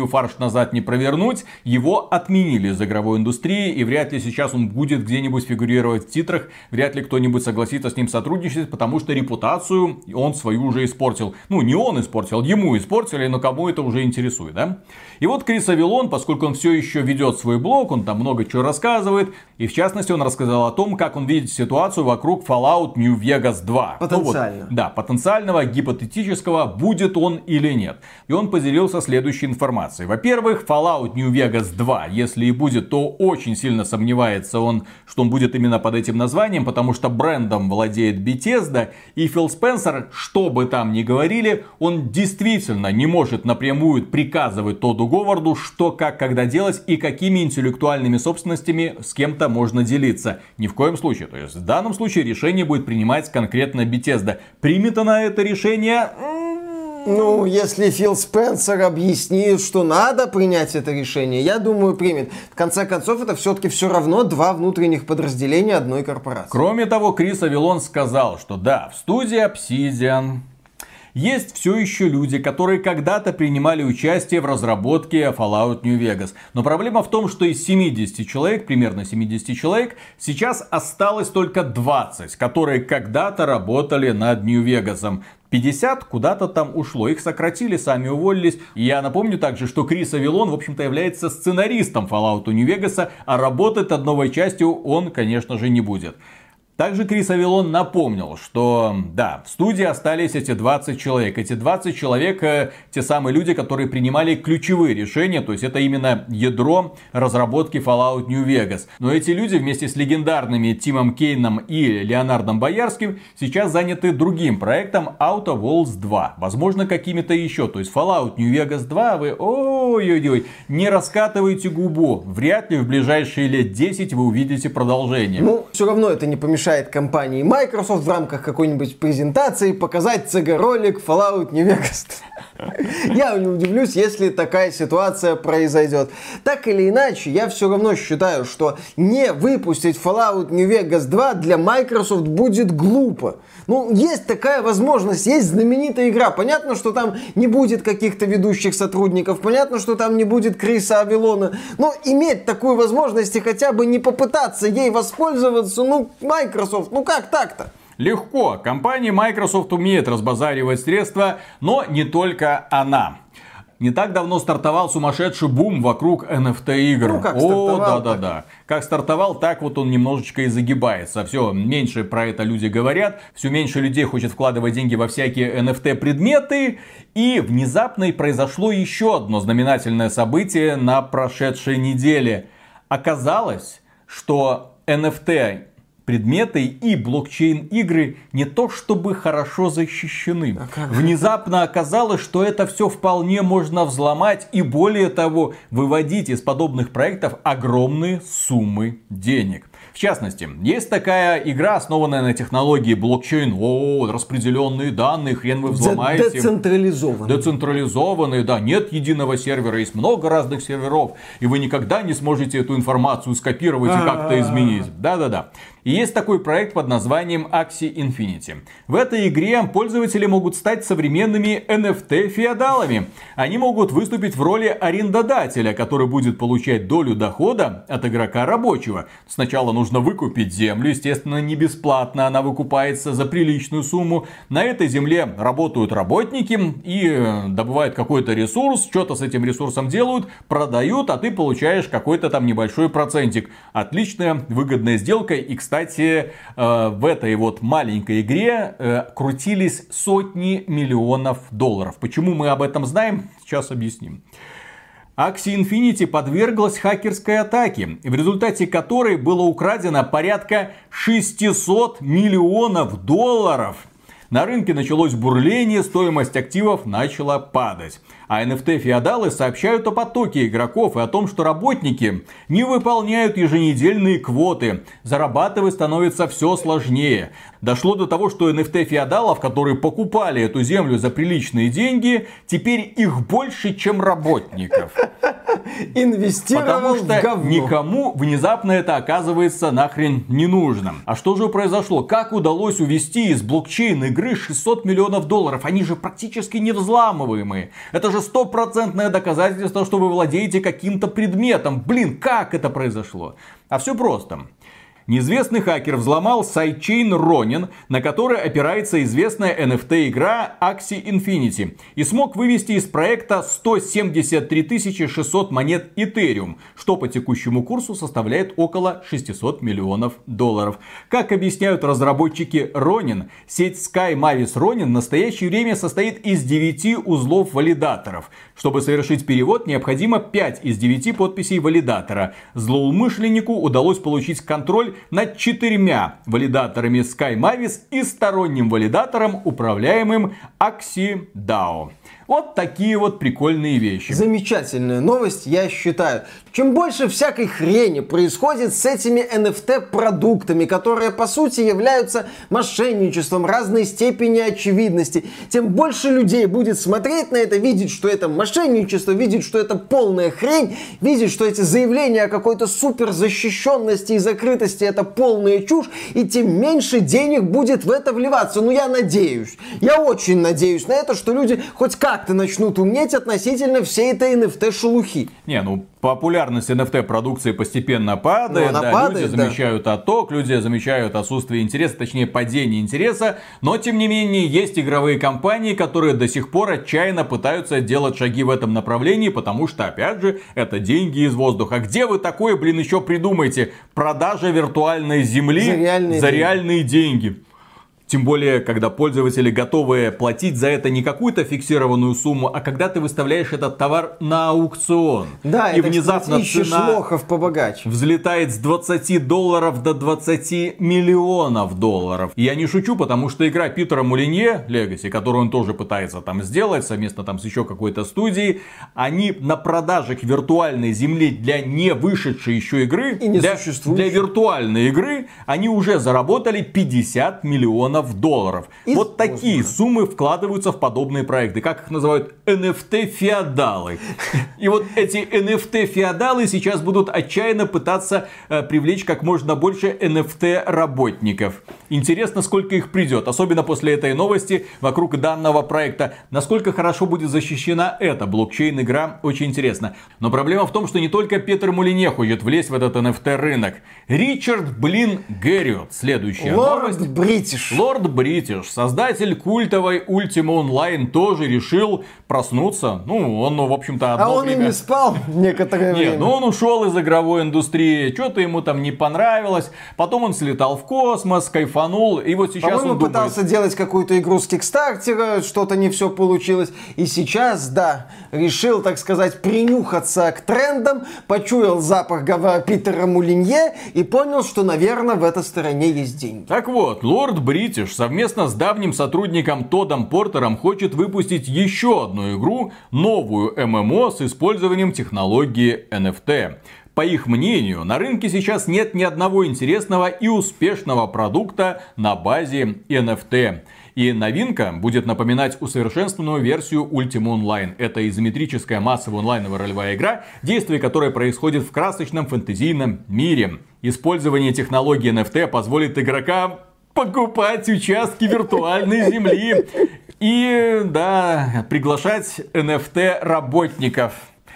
сожалению, фарш назад не провернуть. Его отменили из игровой индустрии, и вряд ли сейчас он будет где-нибудь фигурировать в титрах. Вряд ли кто-нибудь согласится с ним сотрудничать, потому что репутацию он свою уже испортил. Ну, не он испортил, ему испортили, но кому это уже интересует, да? И вот Крис Авилон, поскольку он все еще ведет свой блог, он там много чего рассказывает, и в частности он рассказал о том, как он видит ситуацию вокруг Fallout New Vegas два. Потенциально. Ну, вот, да, потенциального, гипотетического, будет он или нет. И он поделился следующей информацией. Во-первых, Fallout New Vegas два, если и будет, то очень сильно сомневается он, что он будет именно под этим названием, потому что брендом владеет Bethesda, и Фил Спенсер, что бы там ни говорили, он действительно не может напрямую приказывать Тодду Говарду, что, как, когда делать и какими интеллектуальными собственностями с кем-то можно делиться. Ни в коем случае. То есть в данном случае решение будет принимать конкретно Bethesda. Примет она это решение? Ну, если Фил Спенсер объяснит, что надо принять это решение, я думаю, примет. В конце концов, это все-таки все равно два внутренних подразделения одной корпорации. Кроме того, Крис Авилон сказал, что да, в студии Obsidian есть все еще люди, которые когда-то принимали участие в разработке Fallout New Vegas. Но проблема в том, что из семидесяти человек, примерно семидесяти человек, сейчас осталось только двадцать, которые когда-то работали над New Vegas. пятьдесят куда-то там ушло, их сократили, сами уволились. И я напомню также, что Крис Авилон, в общем-то, является сценаристом Fallout New Vegas, а работать над новой частью он, конечно же, не будет. Также Крис Авилон напомнил, что да, в студии остались эти двадцать человек. Эти двадцать человек, э, те самые люди, которые принимали ключевые решения, то есть это именно ядро разработки Fallout New Vegas. Но эти люди вместе с легендарными Тимом Кейном и Леонардом Боярским сейчас заняты другим проектом Outer Worlds два. Возможно, какими-то еще. То есть Fallout New Vegas два вы, ой-ой-ой, не раскатывайте губу. Вряд ли в ближайшие лет десять вы увидите продолжение. Ну, все равно это не помешает компании Microsoft в рамках какой-нибудь презентации показать си джи-ролик Fallout New Vegas. Я не удивлюсь, если такая ситуация произойдет. Так или иначе, я все равно считаю, что не выпустить Fallout New Vegas два для Microsoft будет глупо. Ну, есть такая возможность, есть знаменитая игра. Понятно, что там не будет каких-то ведущих сотрудников, понятно, что там не будет Криса Авилона, но иметь такую возможность и хотя бы не попытаться ей воспользоваться, ну, Microsoft, ну как так-то? Легко. Компания Microsoft умеет разбазаривать средства, но не только она. Не так давно стартовал сумасшедший бум вокруг эн эф ти-игр. Ну, как О, да-да-да. Как стартовал, так вот он немножечко и загибается. Все меньше про это люди говорят, все меньше людей хочет вкладывать деньги во всякие эн эф ти-предметы. И внезапно произошло еще одно знаменательное событие на прошедшей неделе. Оказалось, что эн эф ти предметы и блокчейн-игры не то чтобы хорошо защищены. А Внезапно оказалось, что это все вполне можно взломать и более того, выводить из подобных проектов огромные суммы денег. В частности, есть такая игра, основанная на технологии блокчейн. О, распределенные данные, хрен вы взломаете. Децентрализованные. Децентрализованные, да. Нет единого сервера, есть много разных серверов. И вы никогда не сможете эту информацию скопировать и как-то изменить. Да-да-да. И есть такой проект под названием Axie Infinity. В этой игре пользователи могут стать современными эн эф ти-феодалами. Они могут выступить в роли арендодателя, который будет получать долю дохода от игрока рабочего. Сначала нужно выкупить землю, естественно, не бесплатно, она выкупается за приличную сумму. На этой земле работают работники и добывают какой-то ресурс, что-то с этим ресурсом делают, продают, а ты получаешь какой-то там небольшой процентик. Отличная, выгодная сделка. И, кстати, Кстати, в этой вот маленькой игре крутились сотни миллионов долларов. Почему мы об этом знаем? Сейчас объясним. Axie Infinity подверглась хакерской атаке, в результате которой было украдено порядка шестьсот миллионов долларов. На рынке началось бурление, стоимость активов начала падать. А эн эф ти-феодалы сообщают о потоке игроков и о том, что работники не выполняют еженедельные квоты. Зарабатывать становится все сложнее. Дошло до того, что эн эф ти-феодалов, которые покупали эту землю за приличные деньги, теперь их больше, чем работников. Инвестировал в говно. Потому что никому внезапно это оказывается нахрен не нужно. А что же произошло? Как удалось увести из блокчейн игры игры шестьсот миллионов долларов. Они же практически невзламываемые. Это же стопроцентное доказательство, что вы владеете каким-то предметом. Блин, как это произошло? А все просто. Неизвестный хакер взломал сайдчейн Ronin, на который опирается известная эн эф ти-игра Axie Infinity, и смог вывести из проекта сто семьдесят три тысячи шестьсот монет Ethereum, что по текущему курсу составляет около шестьсот миллионов долларов. Как объясняют разработчики Ronin, сеть Sky Mavis Ronin в настоящее время состоит из девяти узлов валидаторов. Чтобы совершить перевод, необходимо пять из девяти подписей валидатора. Злоумышленнику удалось получить контроль над четырьмя валидаторами Sky Mavis и сторонним валидатором, управляемым Axie дао. Вот такие вот прикольные вещи. Замечательная новость, я считаю. Чем больше всякой хрени происходит с этими эн эф ти-продуктами, которые по сути являются мошенничеством разной степени очевидности, тем больше людей будет смотреть на это, видеть, что это мошенничество, видеть, что это полная хрень, видеть, что эти заявления о какой-то суперзащищенности и закрытости это полная чушь, и тем меньше денег будет в это вливаться. Ну, я надеюсь, я очень надеюсь на это, что люди хоть как-то начнут умнеть относительно всей этой эн эф ти-шелухи. Не, ну, популярность эн эф ти-продукции постепенно падает, ну, да, падает, люди замечают да. отток, люди замечают отсутствие интереса, точнее падение интереса, но тем не менее есть игровые компании, которые до сих пор отчаянно пытаются делать шаги в этом направлении, потому что, опять же, это деньги из воздуха. Где вы такое, блин, еще придумаете? Продажа виртуальной земли за реальные, за деньги. реальные деньги. Тем более, когда пользователи готовы платить за это не какую-то фиксированную сумму, а когда ты выставляешь этот товар на аукцион. Да, и это, внезапно кстати, цена лохов побогаче. взлетает с двадцати долларов до двадцати миллионов долларов. И я не шучу, потому что игра Питера Молинье, Legacy, которую он тоже пытается там сделать, совместно там с еще какой-то студией, они на продажах виртуальной земли для не вышедшей еще игры, и не для, для виртуальной игры, они уже заработали пятьдесят миллионов долларов. Из вот воздуха. Такие суммы вкладываются в подобные проекты. Как их называют? эн эф ти-феодалы. И вот эти эн эф ти-феодалы сейчас будут отчаянно пытаться э, привлечь как можно больше эн эф ти-работников. Интересно, сколько их придет. Особенно после этой новости вокруг данного проекта. Насколько хорошо будет защищена эта блокчейн-игра, очень интересно. Но проблема в том, что не только Питер Молинье хочет влезть в этот эн эф ти-рынок. Ричард, блин, Герриот. Следующая Лорд новость. Бритиш. Лорд Бритиш, создатель культовой Ultima Online, тоже решил проснуться. Ну, он, ну, в общем-то, одно А он время... и не спал некоторое Нет, время. ну он ушел из игровой индустрии, что-то ему там не понравилось. Потом он слетал в космос, кайфанул, и вот сейчас По-моему, он думает... пытался делать какую-то игру с Кикстартера, что-то не все получилось. И сейчас, да, решил, так сказать, принюхаться к трендам, почуял запах гава Питера Молинье и понял, что, наверное, в этой стороне есть деньги. Так вот, Лорд Бритиш совместно с давним сотрудником Тоддом Портером хочет выпустить еще одну игру, новую эм эм о с использованием технологии эн эф ти. По их мнению, на рынке сейчас нет ни одного интересного и успешного продукта на базе эн эф ти. И новинка будет напоминать усовершенствованную версию Ultima Online. Это изометрическая массовая онлайновая ролевая игра, действие которой происходит в красочном фэнтезийном мире. Использование технологии эн эф ти позволит игрокам покупать участки виртуальной земли и, да, приглашать эн эф ти-работников.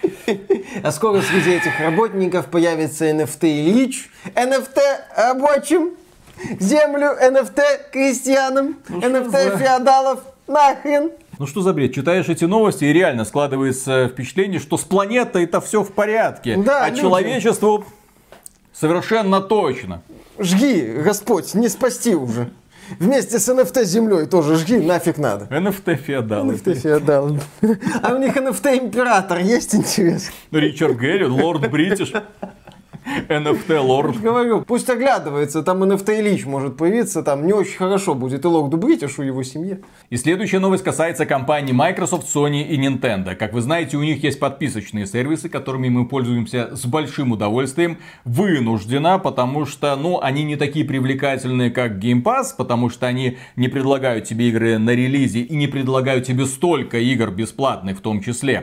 А скоро среди этих работников появится эн эф ти-лич, эн эф ти рабочим, землю эн эф ти крестьянам, ну, эн эф ти-феодалов, нахрен. Ну что за бред? Читаешь эти новости и реально складывается впечатление, что с планетой это все в порядке, да, а люди... человечеству совершенно точно. Жги, Господь, не спасти уже. Вместе с эн эф ти-землей тоже жги, нафиг надо. эн эф ти-феодалы. эн эф ти-феодалы. А у них эн эф ти-император есть, интерес? Ричард Герриот, Лорд Бритиш. эн эф ти-лорд. Говорю, пусть оглядывается, там эн эф ти-лич может появиться, там не очень хорошо будет и Лорду Бритишу, и его семье. И следующая новость касается компаний Microsoft, Sony и Nintendo. Как вы знаете, у них есть подписочные сервисы, которыми мы пользуемся с большим удовольствием. Вынуждена, потому что, ну, они не такие привлекательные, как Game Pass, потому что они не предлагают тебе игры на релизе и не предлагают тебе столько игр бесплатных в том числе.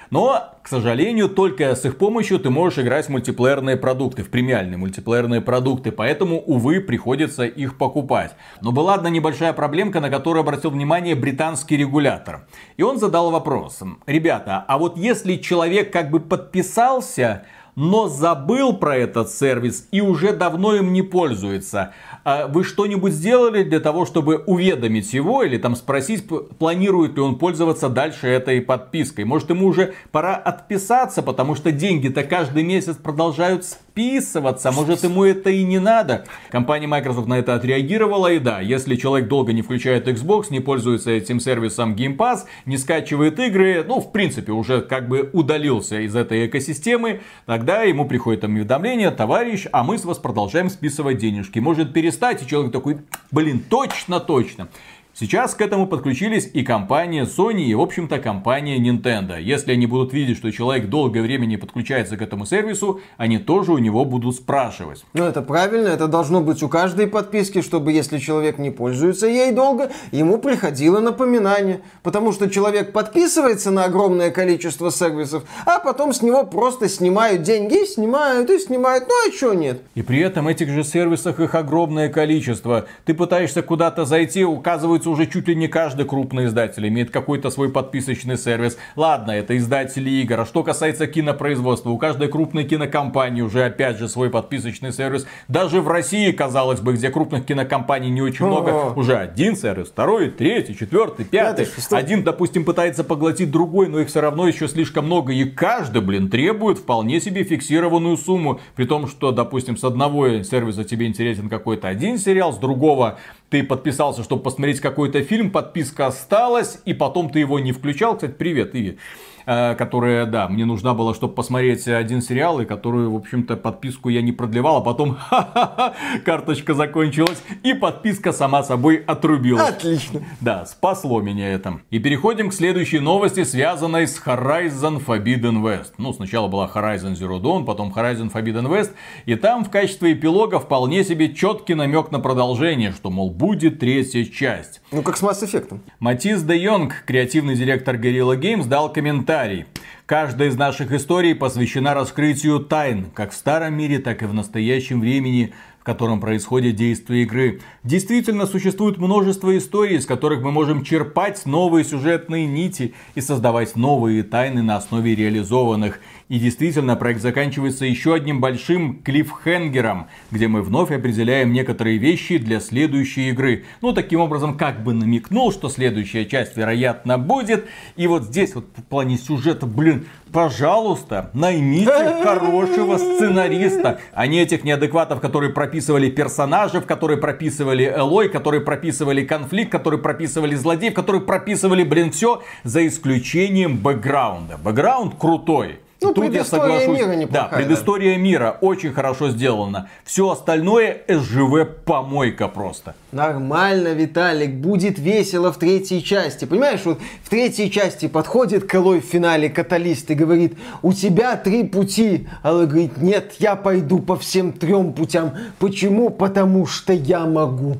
Но, к сожалению, только с их помощью ты можешь играть в мультиплеерные продукты, в премиальные мультиплеерные продукты. Поэтому, увы, приходится их покупать. Но была одна небольшая проблемка, на которую обратил внимание британский регулятор. И он задал вопрос. Ребята, а вот если человек как бы подписался, но забыл про этот сервис и уже давно им не пользуется, вы что-нибудь сделали для того, чтобы уведомить его или там спросить, планирует ли он пользоваться дальше этой подпиской? Может, ему уже пора отписаться, потому что деньги-то каждый месяц продолжают списываться. Может, ему это и не надо? Компания Microsoft на это отреагировала. И да, если человек долго не включает Xbox, не пользуется этим сервисом Game Pass, не скачивает игры, ну, в принципе, уже как бы удалился из этой экосистемы, тогда ему приходит там уведомление: товарищ, а мы с вас продолжаем списывать денежки. Может перестать? И человек такой: блин, точно, точно. Сейчас к этому подключились и компания Sony, и, в общем-то, компания Nintendo. Если они будут видеть, что человек долгое время не подключается к этому сервису, они тоже у него будут спрашивать. Ну, это правильно, это должно быть у каждой подписки, чтобы, если человек не пользуется ей долго, ему приходило напоминание. Потому что человек подписывается на огромное количество сервисов, а потом с него просто снимают деньги, и снимают, и снимают, ну а чё нет? И при этом этих же сервисах их огромное количество. Ты пытаешься куда-то зайти, указывается уже чуть ли не каждый крупный издатель имеет какой-то свой подписочный сервис. Ладно, это издатели игр. А что касается кинопроизводства, у каждой крупной кинокомпании уже опять же свой подписочный сервис. Даже в России, казалось бы, где крупных кинокомпаний не очень много, О-о-о. уже один сервис, второй, третий, четвертый, пятый. Пятый, один, допустим, пытается поглотить другой, но их все равно еще слишком много. И каждый, блин, требует вполне себе фиксированную сумму. При том, что, допустим, с одного сервиса тебе интересен какой-то один сериал, с другого ты подписался, чтобы посмотреть какой-то фильм, подписка осталась, и потом ты его не включал. Кстати, привет, Иви. Которая, да, мне нужна была, чтобы посмотреть один сериал, и которую, в общем-то, подписку я не продлевал, а потом, ха-ха-ха, карточка закончилась, и подписка сама собой отрубилась. Отлично. Да, спасло меня это. И переходим к следующей новости, связанной с Horizon Forbidden West. Ну, сначала была Horizon Zero Dawn, потом Horizon Forbidden West, и там в качестве эпилога вполне себе четкий намек на продолжение, что, мол, будет третья часть. Ну, как с Mass Effect. Матис де Йонг, креативный директор Guerrilla Games, дал комментарий. Каждая из наших историй посвящена раскрытию тайн, как в старом мире, так и в настоящем времени, в котором происходит действие игры. Действительно, существует множество историй, из которых мы можем черпать новые сюжетные нити и создавать новые тайны на основе реализованных. И действительно, проект заканчивается еще одним большим клиффхенгером, где мы вновь определяем некоторые вещи для следующей игры. Ну, таким образом, как бы намекнул, что следующая часть, вероятно, будет. И вот здесь, вот в плане сюжета, блин, пожалуйста, наймите хорошего сценариста, а не этих неадекватов, которые прописывали персонажей, которые прописывали Элой, которые прописывали конфликт, которые прописывали злодеев, которые прописывали, блин, все за исключением бэкграунда. Бэкграунд крутой. Ну, тут я соглашусь. Мира неплохая, да, предыстория да. мира очень хорошо сделана. Все остальное эс жи ви помойка просто. Нормально, Виталик, будет весело в третьей части. Понимаешь, вот в третьей части подходит к Элой в финале Каталист и говорит: у тебя три пути. Элой говорит: нет, я пойду по всем трем путям. Почему? Потому что я могу.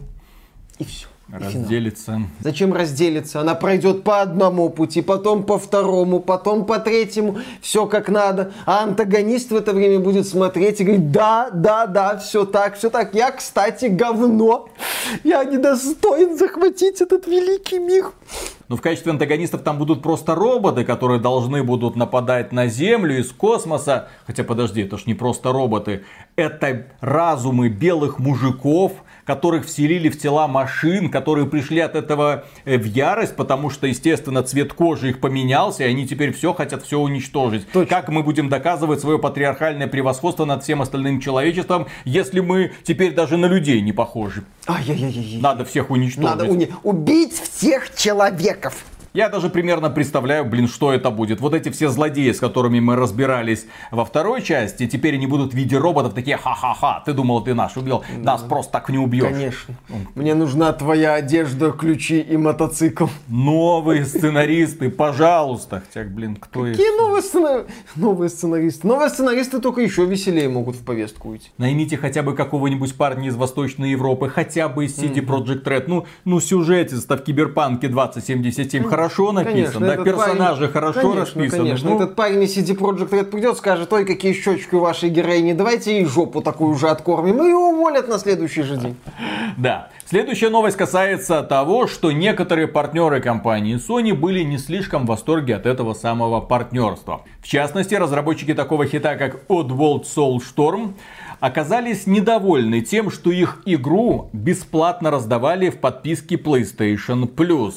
И все. Разделиться. Зачем разделиться? Она пройдет по одному пути, потом по второму, потом по третьему. Все как надо. А антагонист в это время будет смотреть и говорить: да, да, да, все так, все так. Я, кстати, говно. Я недостоин захватить этот великий мир. Но в качестве антагонистов там будут просто роботы, которые должны будут нападать на Землю из космоса. Хотя подожди, это ж не просто роботы. Это разумы белых мужиков, которых вселили в тела машин, которые пришли от этого в ярость, потому что, естественно, цвет кожи их поменялся, и они теперь все хотят все уничтожить. Точно. Как мы будем доказывать свое патриархальное превосходство над всем остальным человечеством, если мы теперь даже на людей не похожи? Ай-яй-яй-яй. Надо всех уничтожить. Надо уни- убить всех человеков. Я даже примерно представляю, блин, что это будет. Вот эти все злодеи, с которыми мы разбирались во второй части, теперь они будут в виде роботов такие: ха-ха-ха, ты думал, ты наш убил, нас да. просто так не убьешь. Конечно. Мне нужна твоя одежда, ключи и мотоцикл. Новые сценаристы, пожалуйста. Хотя, блин, кто их... Какие новые, сцена... новые сценаристы? Новые сценаристы только еще веселее могут в повестку уйти. Наймите хотя бы какого-нибудь парня из Восточной Европы, хотя бы из си ди Projekt Red. Ну, ну сюжетист в Киберпанке двадцать семьдесят семь хорошо хорошо написан, конечно, да, персонажи парень, хорошо конечно, расписаны. Конечно, ну... этот парень из си ди Projekt Red придет, скажет: ой, какие щечки у вашей героини, давайте ей жопу такую уже откормим, и его уволят на следующий же день. Да. Следующая новость касается того, что некоторые партнеры компании Sony были не слишком в восторге от этого самого партнерства. В частности, разработчики такого хита, как Oddworld Soulstorm, оказались недовольны тем, что их игру бесплатно раздавали в подписке PlayStation Plus.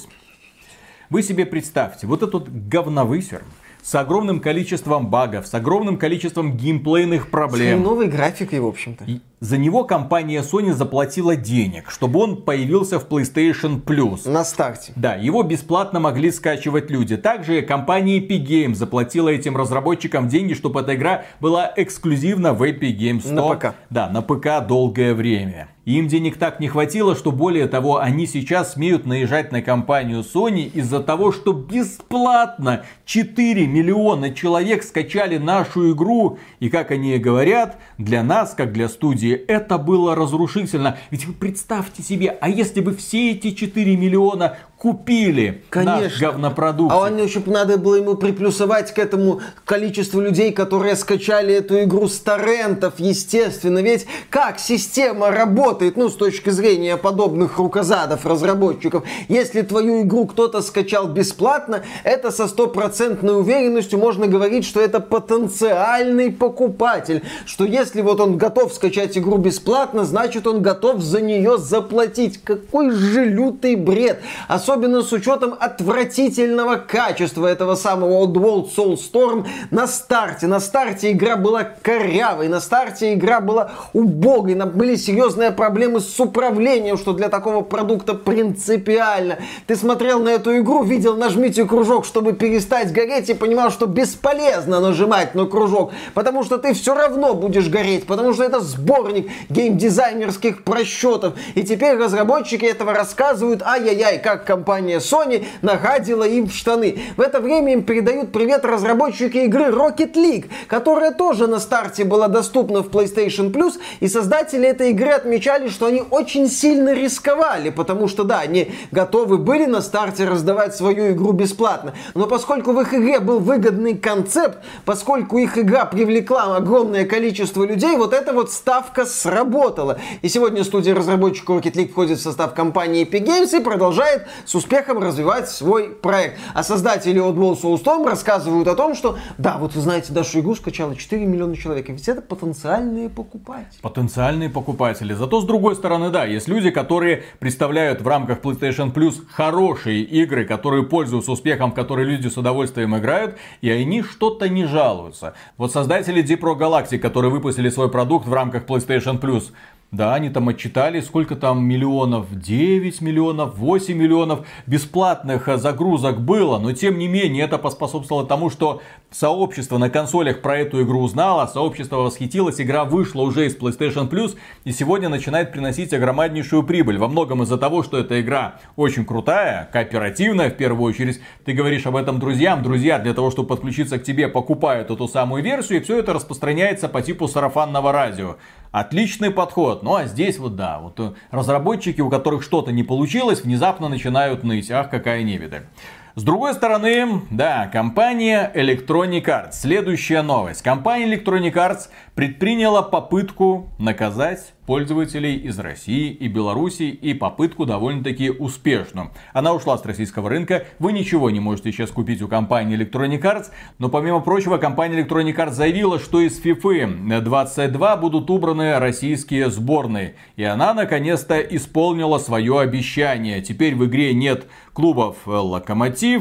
Вы себе представьте, вот этот говновысер с огромным количеством багов, с огромным количеством геймплейных проблем. С новой графикой, в общем-то. За него компания Sony заплатила денег, чтобы он появился в PlayStation Plus. На старте. Да, его бесплатно могли скачивать люди. Также компания Epic Games заплатила этим разработчикам деньги, чтобы эта игра была эксклюзивна в Epic Games Store. На ПК. Да, на ПК долгое время. Им денег так не хватило, что более того, они сейчас смеют наезжать на компанию Sony из-за того, что бесплатно четыре миллиона человек скачали нашу игру. И как они говорят, для нас, как для студии, это было разрушительно. Ведь вы представьте себе, а если бы все эти четыре миллиона купили Конечно. наш говнопродукт? А он еще надо было ему приплюсовать к этому количеству людей, которые скачали эту игру с торрентов, естественно. Ведь как система работает, ну, с точки зрения подобных рукозадов разработчиков. Если твою игру кто-то скачал бесплатно, это со стопроцентной уверенностью можно говорить, что это потенциальный покупатель. Что если вот он готов скачать игру бесплатно, значит он готов за нее заплатить. Какой же лютый бред. Особенно с учетом отвратительного качества этого самого Oddworld Soulstorm на старте. На старте игра была корявой, на старте игра была убогой, были серьезные проблемы с управлением, что для такого продукта принципиально. Ты смотрел на эту игру, видел нажмите кружок, чтобы перестать гореть, и понимал, что бесполезно нажимать на кружок, потому что ты все равно будешь гореть, потому что это сборник геймдизайнерских просчетов. И теперь разработчики этого рассказывают: ай-яй-яй, как компания Sony нагадила им в штаны. В это время им передают привет разработчики игры Rocket League, которая тоже на старте была доступна в PlayStation Plus, и создатели этой игры отмечали, что они очень сильно рисковали, потому что, да, они готовы были на старте раздавать свою игру бесплатно, но поскольку в их игре был выгодный концепт, поскольку их игра привлекла огромное количество людей, вот эта вот ставка сработала. И сегодня студия разработчиков Rocket League входит в состав компании Epic Games и продолжает с успехом развивать свой проект. А создатели Oddworld Soulstorm рассказывают о том, что, да, вот вы знаете, нашу игру скачало четыре миллиона человек, ведь это потенциальные покупатели. Потенциальные покупатели. Зато с другой стороны, да, есть люди, которые представляют в рамках PlayStation Plus хорошие игры, которые пользуются успехом, в которые люди с удовольствием играют, и они что-то не жалуются. Вот создатели Deep Rock Galactic, которые выпустили свой продукт в рамках PlayStation Plus, да, они там отчитали, сколько там миллионов, девять миллионов, восемь миллионов бесплатных загрузок было. Но тем не менее, это поспособствовало тому, что сообщество на консолях про эту игру узнало, сообщество восхитилось, игра вышла уже из PlayStation Plus и сегодня начинает приносить огромнейшую прибыль. Во многом из-за того, что эта игра очень крутая, кооперативная в первую очередь. Ты говоришь об этом друзьям, друзья для того, чтобы подключиться к тебе, покупают эту самую версию, и все это распространяется по типу сарафанного радио. Отличный подход. Ну а здесь вот да, вот разработчики, у которых что-то не получилось, внезапно начинают ныть. Ах, какая невидаль. С другой стороны, да, компания Electronic Arts. Следующая новость. Компания Electronic Arts предприняла попытку наказать пользователей из России и Беларуси, и попытку довольно-таки успешную. Она ушла с российского рынка, вы ничего не можете сейчас купить у компании Electronic Arts, но помимо прочего, компания Electronic Arts заявила, что из FIFA двадцать два будут убраны российские сборные. И она наконец-то исполнила свое обещание. Теперь в игре нет клубов Локомотив,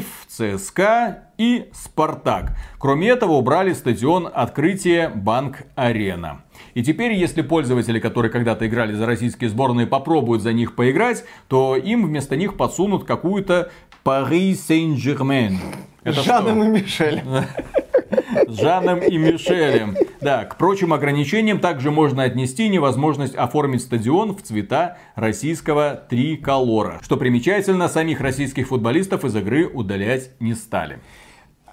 ЦСКА и Спартак. Кроме этого, убрали стадион Открытие Банк-Арена. И теперь, если пользователи, которые когда-то играли за российские сборные, попробуют за них поиграть, то им вместо них подсунут какую-то Paris Saint-Germain. С Жаном и Мишелем. С Жаном и Мишелем. Да, к прочим ограничениям также можно отнести невозможность оформить стадион в цвета российского триколора. Что примечательно, самих российских футболистов из игры удалять не стали.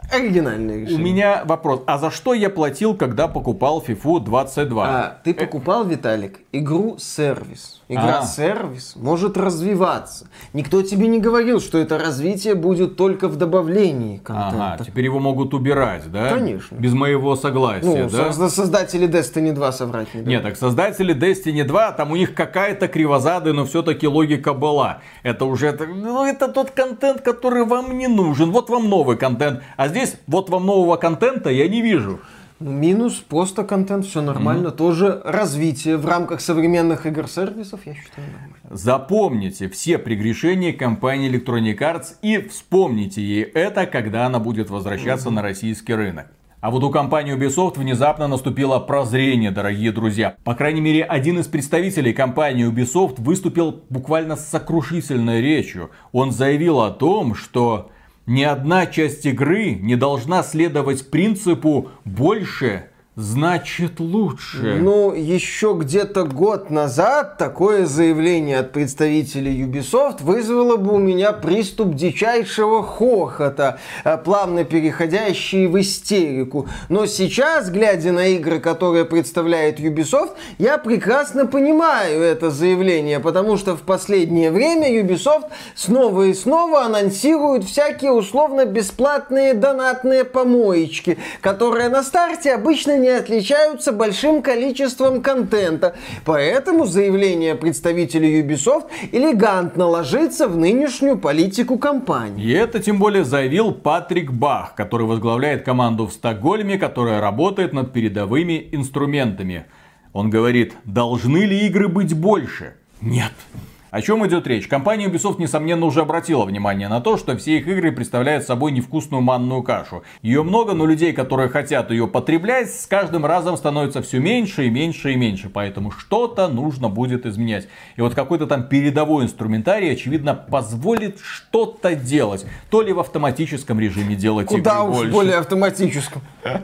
Оригинальное решение. У меня вопрос. А за что я платил, когда покупал FIFA двадцать два? А, ты покупал, Виталик, игру-сервис. Игра-сервис может развиваться. Никто тебе не говорил, что это развитие будет только в добавлении контента. Ага, теперь его могут убирать, да? Конечно. Без моего согласия, Ну, да? со- создатели Destiny два соврать не дадут. Нет, так создатели Destiny два, там у них какая-то кривозадая, но все-таки логика была. Это уже, ну, это тот контент, который вам не нужен. Вот вам новый контент. А здесь вот вам нового контента я не вижу. Ну, минус, просто контент, все нормально. Mm-hmm. Тоже развитие в рамках современных игр-сервисов, я считаю, нормально. Запомните все прегрешения компании Electronic Arts и вспомните ей это, когда она будет возвращаться mm-hmm. на российский рынок. А вот у компании Ubisoft внезапно наступило прозрение, дорогие друзья. По крайней мере, один из представителей компании Ubisoft выступил буквально с сокрушительной речью. Он заявил о том, что ни одна часть игры не должна следовать принципу «больше значит лучше». Ну, еще где-то год назад такое заявление от представителей Ubisoft вызвало бы у меня приступ дичайшего хохота, плавно переходящий в истерику. Но сейчас, глядя на игры, которые представляет Ubisoft, я прекрасно понимаю это заявление, потому что в последнее время Ubisoft снова и снова анонсирует всякие условно-бесплатные донатные помоечки, которые на старте обычно не отличаются большим количеством контента. Поэтому заявление представителей Ubisoft элегантно ложится в нынешнюю политику компании. И это тем более заявил Патрик Бах, который возглавляет команду в Стокгольме, которая работает над передовыми инструментами. Он говорит, должны ли игры быть больше? Нет. О чем идет речь? Компания Ubisoft, несомненно, уже обратила внимание на то, что все их игры представляют собой невкусную манную кашу. Ее много, но людей, которые хотят ее потреблять, с каждым разом становится все меньше и меньше и меньше. Поэтому что-то нужно будет изменять. И вот какой-то там передовой инструментарий, очевидно, позволит что-то делать. То ли в автоматическом режиме делать игры Куда уж больше. более автоматическом.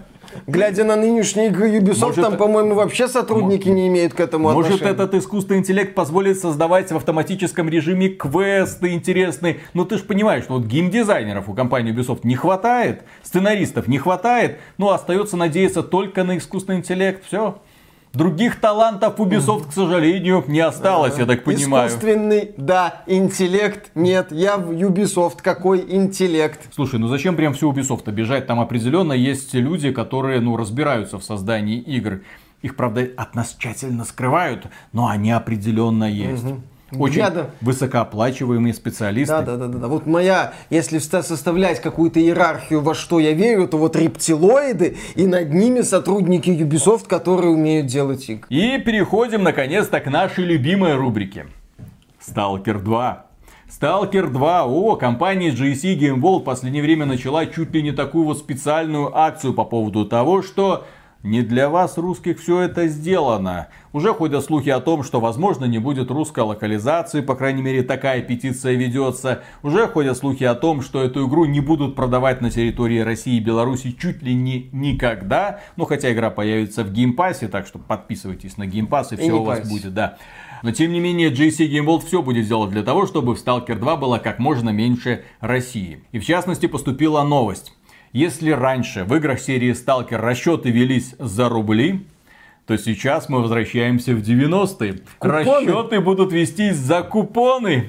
Глядя на нынешние игры Ubisoft, Может, там, по-моему, вообще сотрудники м- не имеют к этому Может, отношения. этот искусственный интеллект позволит создавать в автоматическом режиме квесты интересные. Ну, ты же понимаешь, что вот геймдизайнеров у компании Ubisoft не хватает, сценаристов не хватает, ну, остается надеяться только на искусственный интеллект. Все. Других талантов Ubisoft, к сожалению, не осталось, я так понимаю. Искусственный, да, интеллект, нет, я в Ubisoft, какой интеллект? Слушай, ну зачем прям всю Ubisoft обижать? Там определенно есть люди, которые, ну, разбираются в создании игр. Их, правда, от нас тщательно скрывают, но они определенно есть. Угу. Очень Я... высокооплачиваемые специалисты. Да, да, да, да. Вот моя, если составлять какую-то иерархию, во что я верю, то вот рептилоиды и над ними сотрудники Ubisoft, которые умеют делать игры. И переходим наконец-то к нашей любимой рубрике. Сталкер два. Сталкер два. О, компания джи си Game World в последнее время начала чуть ли не такую вот специальную акцию по поводу того, что не для вас, русских, все это сделано. Уже ходят слухи о том, что, возможно, не будет русской локализации, по крайней мере, такая петиция ведется. Уже ходят слухи о том, что эту игру не будут продавать на территории России и Беларуси чуть ли не никогда. Ну, хотя игра появится в геймпассе, так что подписывайтесь на геймпасс и, и все у вас пассе. Будет, да. Но, тем не менее, джи си Game World все будет делать для того, чтобы в Сталкер два было как можно меньше России. И, в частности, поступила новость. Если раньше в играх серии Stalker расчеты велись за рубли, то сейчас мы возвращаемся в девяностые. Купоны. Расчеты будут вестись за купоны.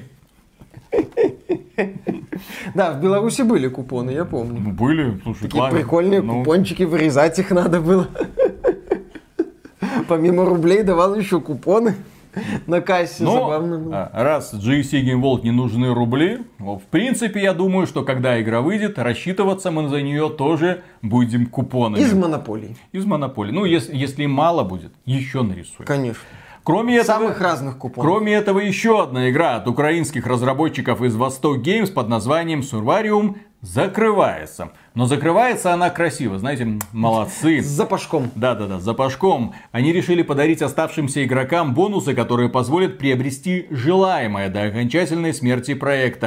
Да, в Беларуси были купоны, я помню. Были, слушай, такие класс. Прикольные ну... купончики, вырезать их надо было. Помимо рублей давал еще купоны. На кассе, но, забавно было. Раз джи си Game World не нужны рубли, в принципе, я думаю, что когда игра выйдет, рассчитываться мы за нее тоже будем купонами. Из монополий. Из монополий. Ну, если, если мало будет, еще нарисуем. Конечно. Кроме этого, самых разных купонов. Кроме этого, еще одна игра от украинских разработчиков из Восток Games под названием Survarium закрывается. Но закрывается она красиво, знаете, молодцы. С запашком. Да-да-да, с запашком. Они решили подарить оставшимся игрокам бонусы, которые позволят приобрести желаемое до окончательной смерти проекта.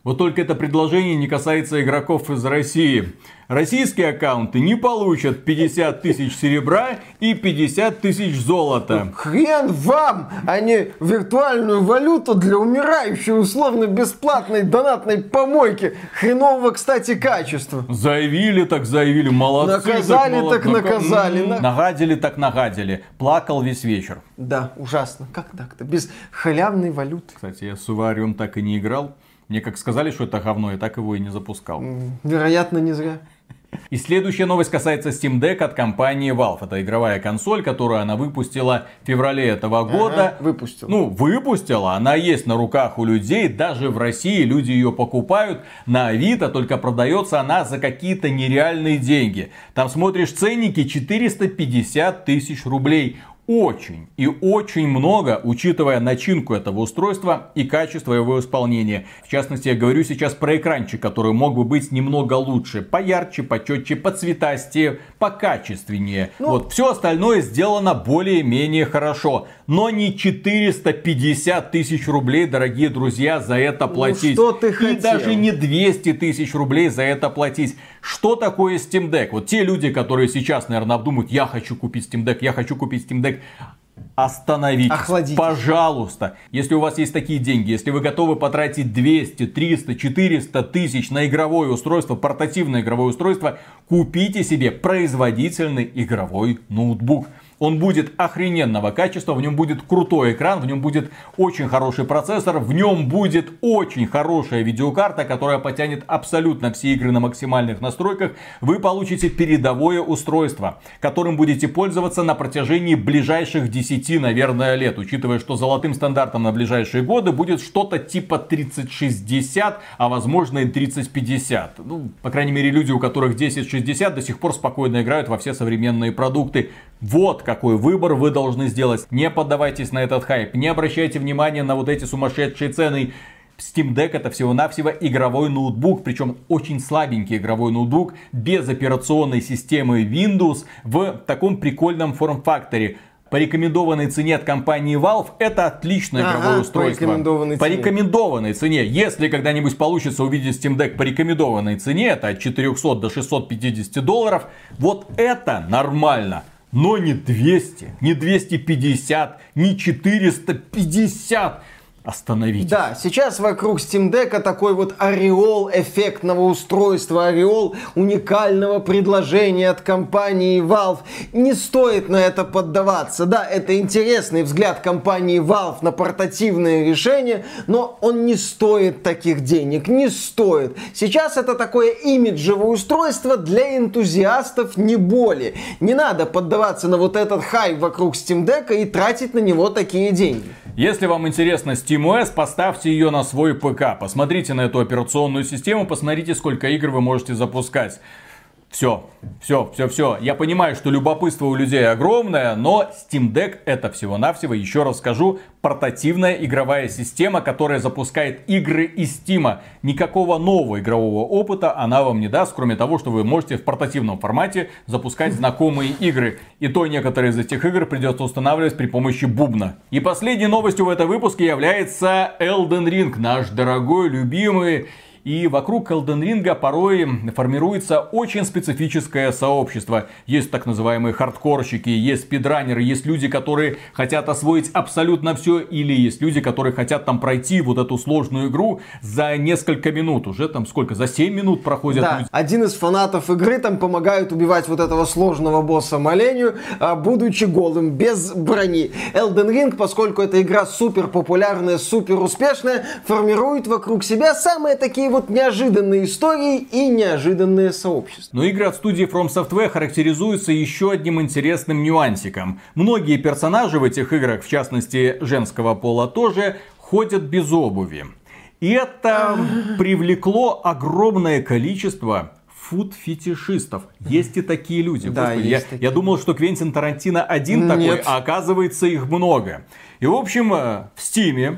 Вот только это предложение не касается игроков из России. Российские аккаунты не получат пятьдесят тысяч серебра и пятьдесят тысяч золота. Хрен вам, а не виртуальную валюту для умирающей условно-бесплатной донатной помойки. Хренового, кстати, качества. Заявили так заявили, молодцы. Наказали так, так наказали. М-м-м. Нагадили так нагадили. Плакал весь вечер. Да, ужасно. Как так-то? Без халявной валюты. Кстати, я с Увариум так и не играл. Мне как сказали, что это говно, я так его и не запускал. Вероятно, не зря. И следующая новость касается Steam Deck от компании Valve. Это игровая консоль, которую она выпустила в феврале этого года. Ага, выпустила. Ну, выпустила. Она есть на руках у людей. Даже в России люди ее покупают на Авито. Только продается она за какие-то нереальные деньги. Там смотришь ценники четыреста пятьдесят тысяч рублей. Очень и очень много, учитывая начинку этого устройства и качество его исполнения. В частности, я говорю сейчас про экранчик, который мог бы быть немного лучше. Поярче, почетче, поцветастее, покачественнее. Ну, вот, все остальное сделано более-менее хорошо. Но не четыреста пятьдесят тысяч рублей, дорогие друзья, за это платить. Ну, что ты и хотел? даже не двести тысяч рублей за это платить. Что такое Steam Deck? Вот те люди, которые сейчас, наверное, обдумают, я хочу купить Steam Deck, я хочу купить Steam Deck. Остановитесь, Охладитесь. Пожалуйста. Если у вас есть такие деньги, если вы готовы потратить двести, триста, четыреста тысяч на игровое устройство, портативное игровое устройство, купите себе производительный игровой ноутбук. Он будет охрененного качества, в нем будет крутой экран, в нем будет очень хороший процессор, в нем будет очень хорошая видеокарта, которая потянет абсолютно все игры на максимальных настройках. Вы получите передовое устройство, которым будете пользоваться на протяжении ближайших десяти, наверное, лет. Учитывая, что золотым стандартом на ближайшие годы будет что-то типа тридцать шестьдесят, а возможно и тридцать пятьдесят. Ну, по крайней мере, люди, у которых десять шестьдесят, до сих пор спокойно играют во все современные продукты. Вот какой выбор вы должны сделать. Не поддавайтесь на этот хайп. Не обращайте внимания на вот эти сумасшедшие цены. Steam Deck это всего-навсего игровой ноутбук. Причем очень слабенький игровой ноутбук. Без операционной системы Windows. В таком прикольном форм-факторе. По рекомендованной цене от компании Valve это отличное ага, игровое устройство. По рекомендованной, по цене. рекомендованной цене. Если когда-нибудь получится увидеть Steam Deck по рекомендованной цене, это от четырехсот до шестисот пятидесяти долларов, вот это нормально. Но не двести, не двести пятьдесят, не четыреста пятьдесят. Остановитесь. Да, сейчас вокруг Steam Deck такой вот ореол эффектного устройства, ореол уникального предложения от компании Valve. Не стоит на это поддаваться. Да, это интересный взгляд компании Valve на портативные решения, но он не стоит таких денег, не стоит. Сейчас это такое имиджевое устройство для энтузиастов, не более. Не надо поддаваться на вот этот хайп вокруг Steam Deck и тратить на него такие деньги. Если вам интересно SteamOS, поставьте ее на свой ПК. Посмотрите на эту операционную систему, посмотрите, сколько игр вы можете запускать. Все, все, все, все. Я понимаю, что любопытство у людей огромное, но Steam Deck это всего-навсего, еще раз скажу, портативная игровая система, которая запускает игры из Steam. Никакого нового игрового опыта она вам не даст, кроме того, что вы можете в портативном формате запускать знакомые игры. И то некоторые из этих игр придется устанавливать при помощи бубна. И последней новостью в этом выпуске является Elden Ring, наш дорогой, любимый. И вокруг Elden Ring порой формируется очень специфическое сообщество. Есть так называемые хардкорщики, есть спидранеры, есть люди, которые хотят освоить абсолютно все. Или есть люди, которые хотят там пройти вот эту сложную игру за несколько минут. Уже там сколько? За семь минут проходят да, люди. Один из фанатов игры там помогает убивать вот этого сложного босса Маленью, будучи голым, без брони. Elden Ring, поскольку эта игра супер популярная, супер успешная, формирует вокруг себя самые такие вот неожиданные истории и неожиданные сообщества. Но игры от студии From Software характеризуются еще одним интересным нюансиком. Многие персонажи в этих играх, в частности женского пола тоже, ходят без обуви. И это привлекло огромное количество фуд-фетишистов. Есть и такие люди. Да, Господи, я, такие. я думал, что Квентин Тарантино один Нет. такой, а оказывается их много. И в общем, в Стиме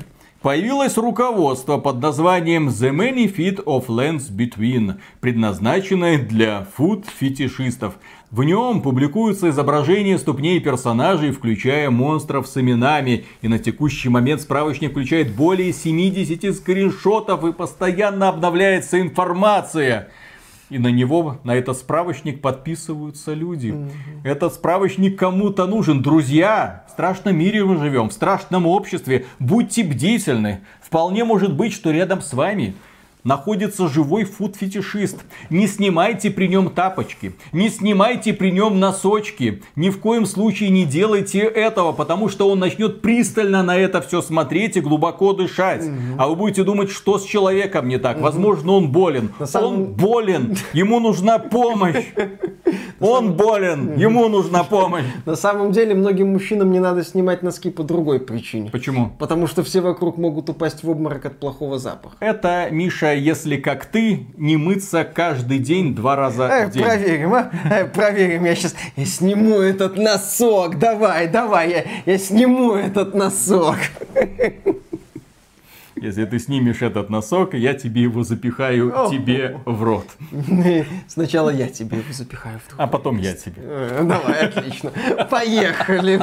Появилось руководство под названием The Many Feet of Lands Between, предназначенное для фуд-фетишистов. В нем публикуются изображения ступней персонажей, включая монстров с именами. И на текущий момент справочник включает более семидесяти скриншотов и постоянно обновляется информация. И на него, на этот справочник подписываются люди. Mm-hmm. Этот справочник кому-то нужен. Друзья, в страшном мире мы живем, в страшном обществе. Будьте бдительны. Вполне может быть, что рядом с вами находится живой фуд-фетишист. Не снимайте при нем тапочки. Не снимайте при нем носочки. Ни в коем случае не делайте этого, потому что он начнет пристально на это все смотреть и глубоко дышать. Угу. А вы будете думать, что с человеком не так. Угу. Возможно, он болен. Самом... Он болен. Ему нужна помощь. Он болен. Ему нужна помощь. На самом деле, многим мужчинам не надо снимать носки по другой причине. Почему? Потому что все вокруг могут упасть в обморок от плохого запаха. Это, Миша, если как ты, не мыться каждый день два раза э, в день. Проверим, а? Э, проверим. Я сейчас я сниму этот носок. Давай, давай, я, я сниму этот носок. Если ты снимешь этот носок, я тебе его запихаю О, тебе в рот. Сначала я тебе его запихаю в рот. А потом я тебе. Давай, отлично. Поехали.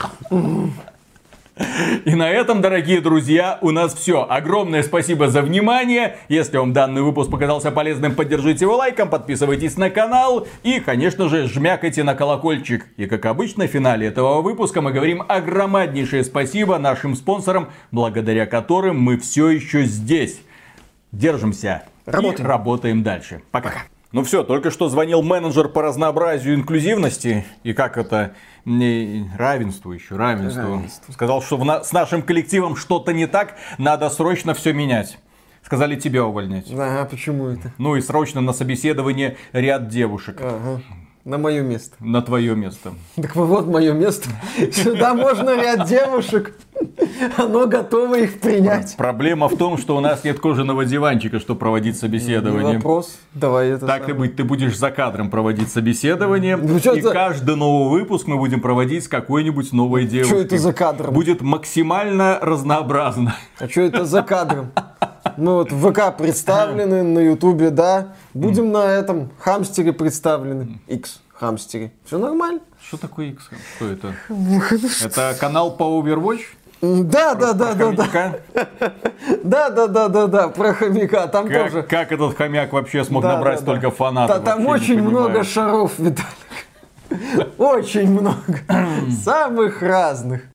И на этом, дорогие друзья, у нас все. Огромное спасибо за внимание. Если вам данный выпуск показался полезным, поддержите его лайком, подписывайтесь на канал и, конечно же, жмякайте на колокольчик. И, как обычно, в финале этого выпуска мы говорим огромнейшее спасибо нашим спонсорам, благодаря которым мы все еще здесь. Держимся. Работаем. И работаем дальше. Пока. Пока. Ну все, только что звонил менеджер по разнообразию и инклюзивности. И как это... Не, равенству еще, равенству. равенству. Сказал, что в на, с нашим коллективом что-то не так, надо срочно все менять. Сказали тебя увольнять. Ага, почему это? Ну и срочно на собеседование ряд девушек. Ага. На мое место. На твое место. Так вот мое место. Сюда можно ряд девушек. Оно готово их принять. Проблема в том, что у нас нет кожаного диванчика, чтобы проводить собеседование. Не вопрос. Давай это Так самое. И быть, ты будешь за кадром проводить собеседование. Ну, и за... каждый новый выпуск мы будем проводить с какой-нибудь новой девушкой. Что это за кадром? Будет максимально разнообразно. А что это за кадром? Мы вот в ВК представлены, на Ютубе, да. Будем mm. на этом хамстере представлены. X хамстере. Все нормально. Что такое X? Что это? Это канал по Overwatch? Да, да, да, да, да. Да, да, да, да, да, про хомяка. Там как, тоже. Как этот хомяк вообще смог да, набрать да, столько да. фанатов? Там очень много шаров, Виталик. Очень много. Самых разных.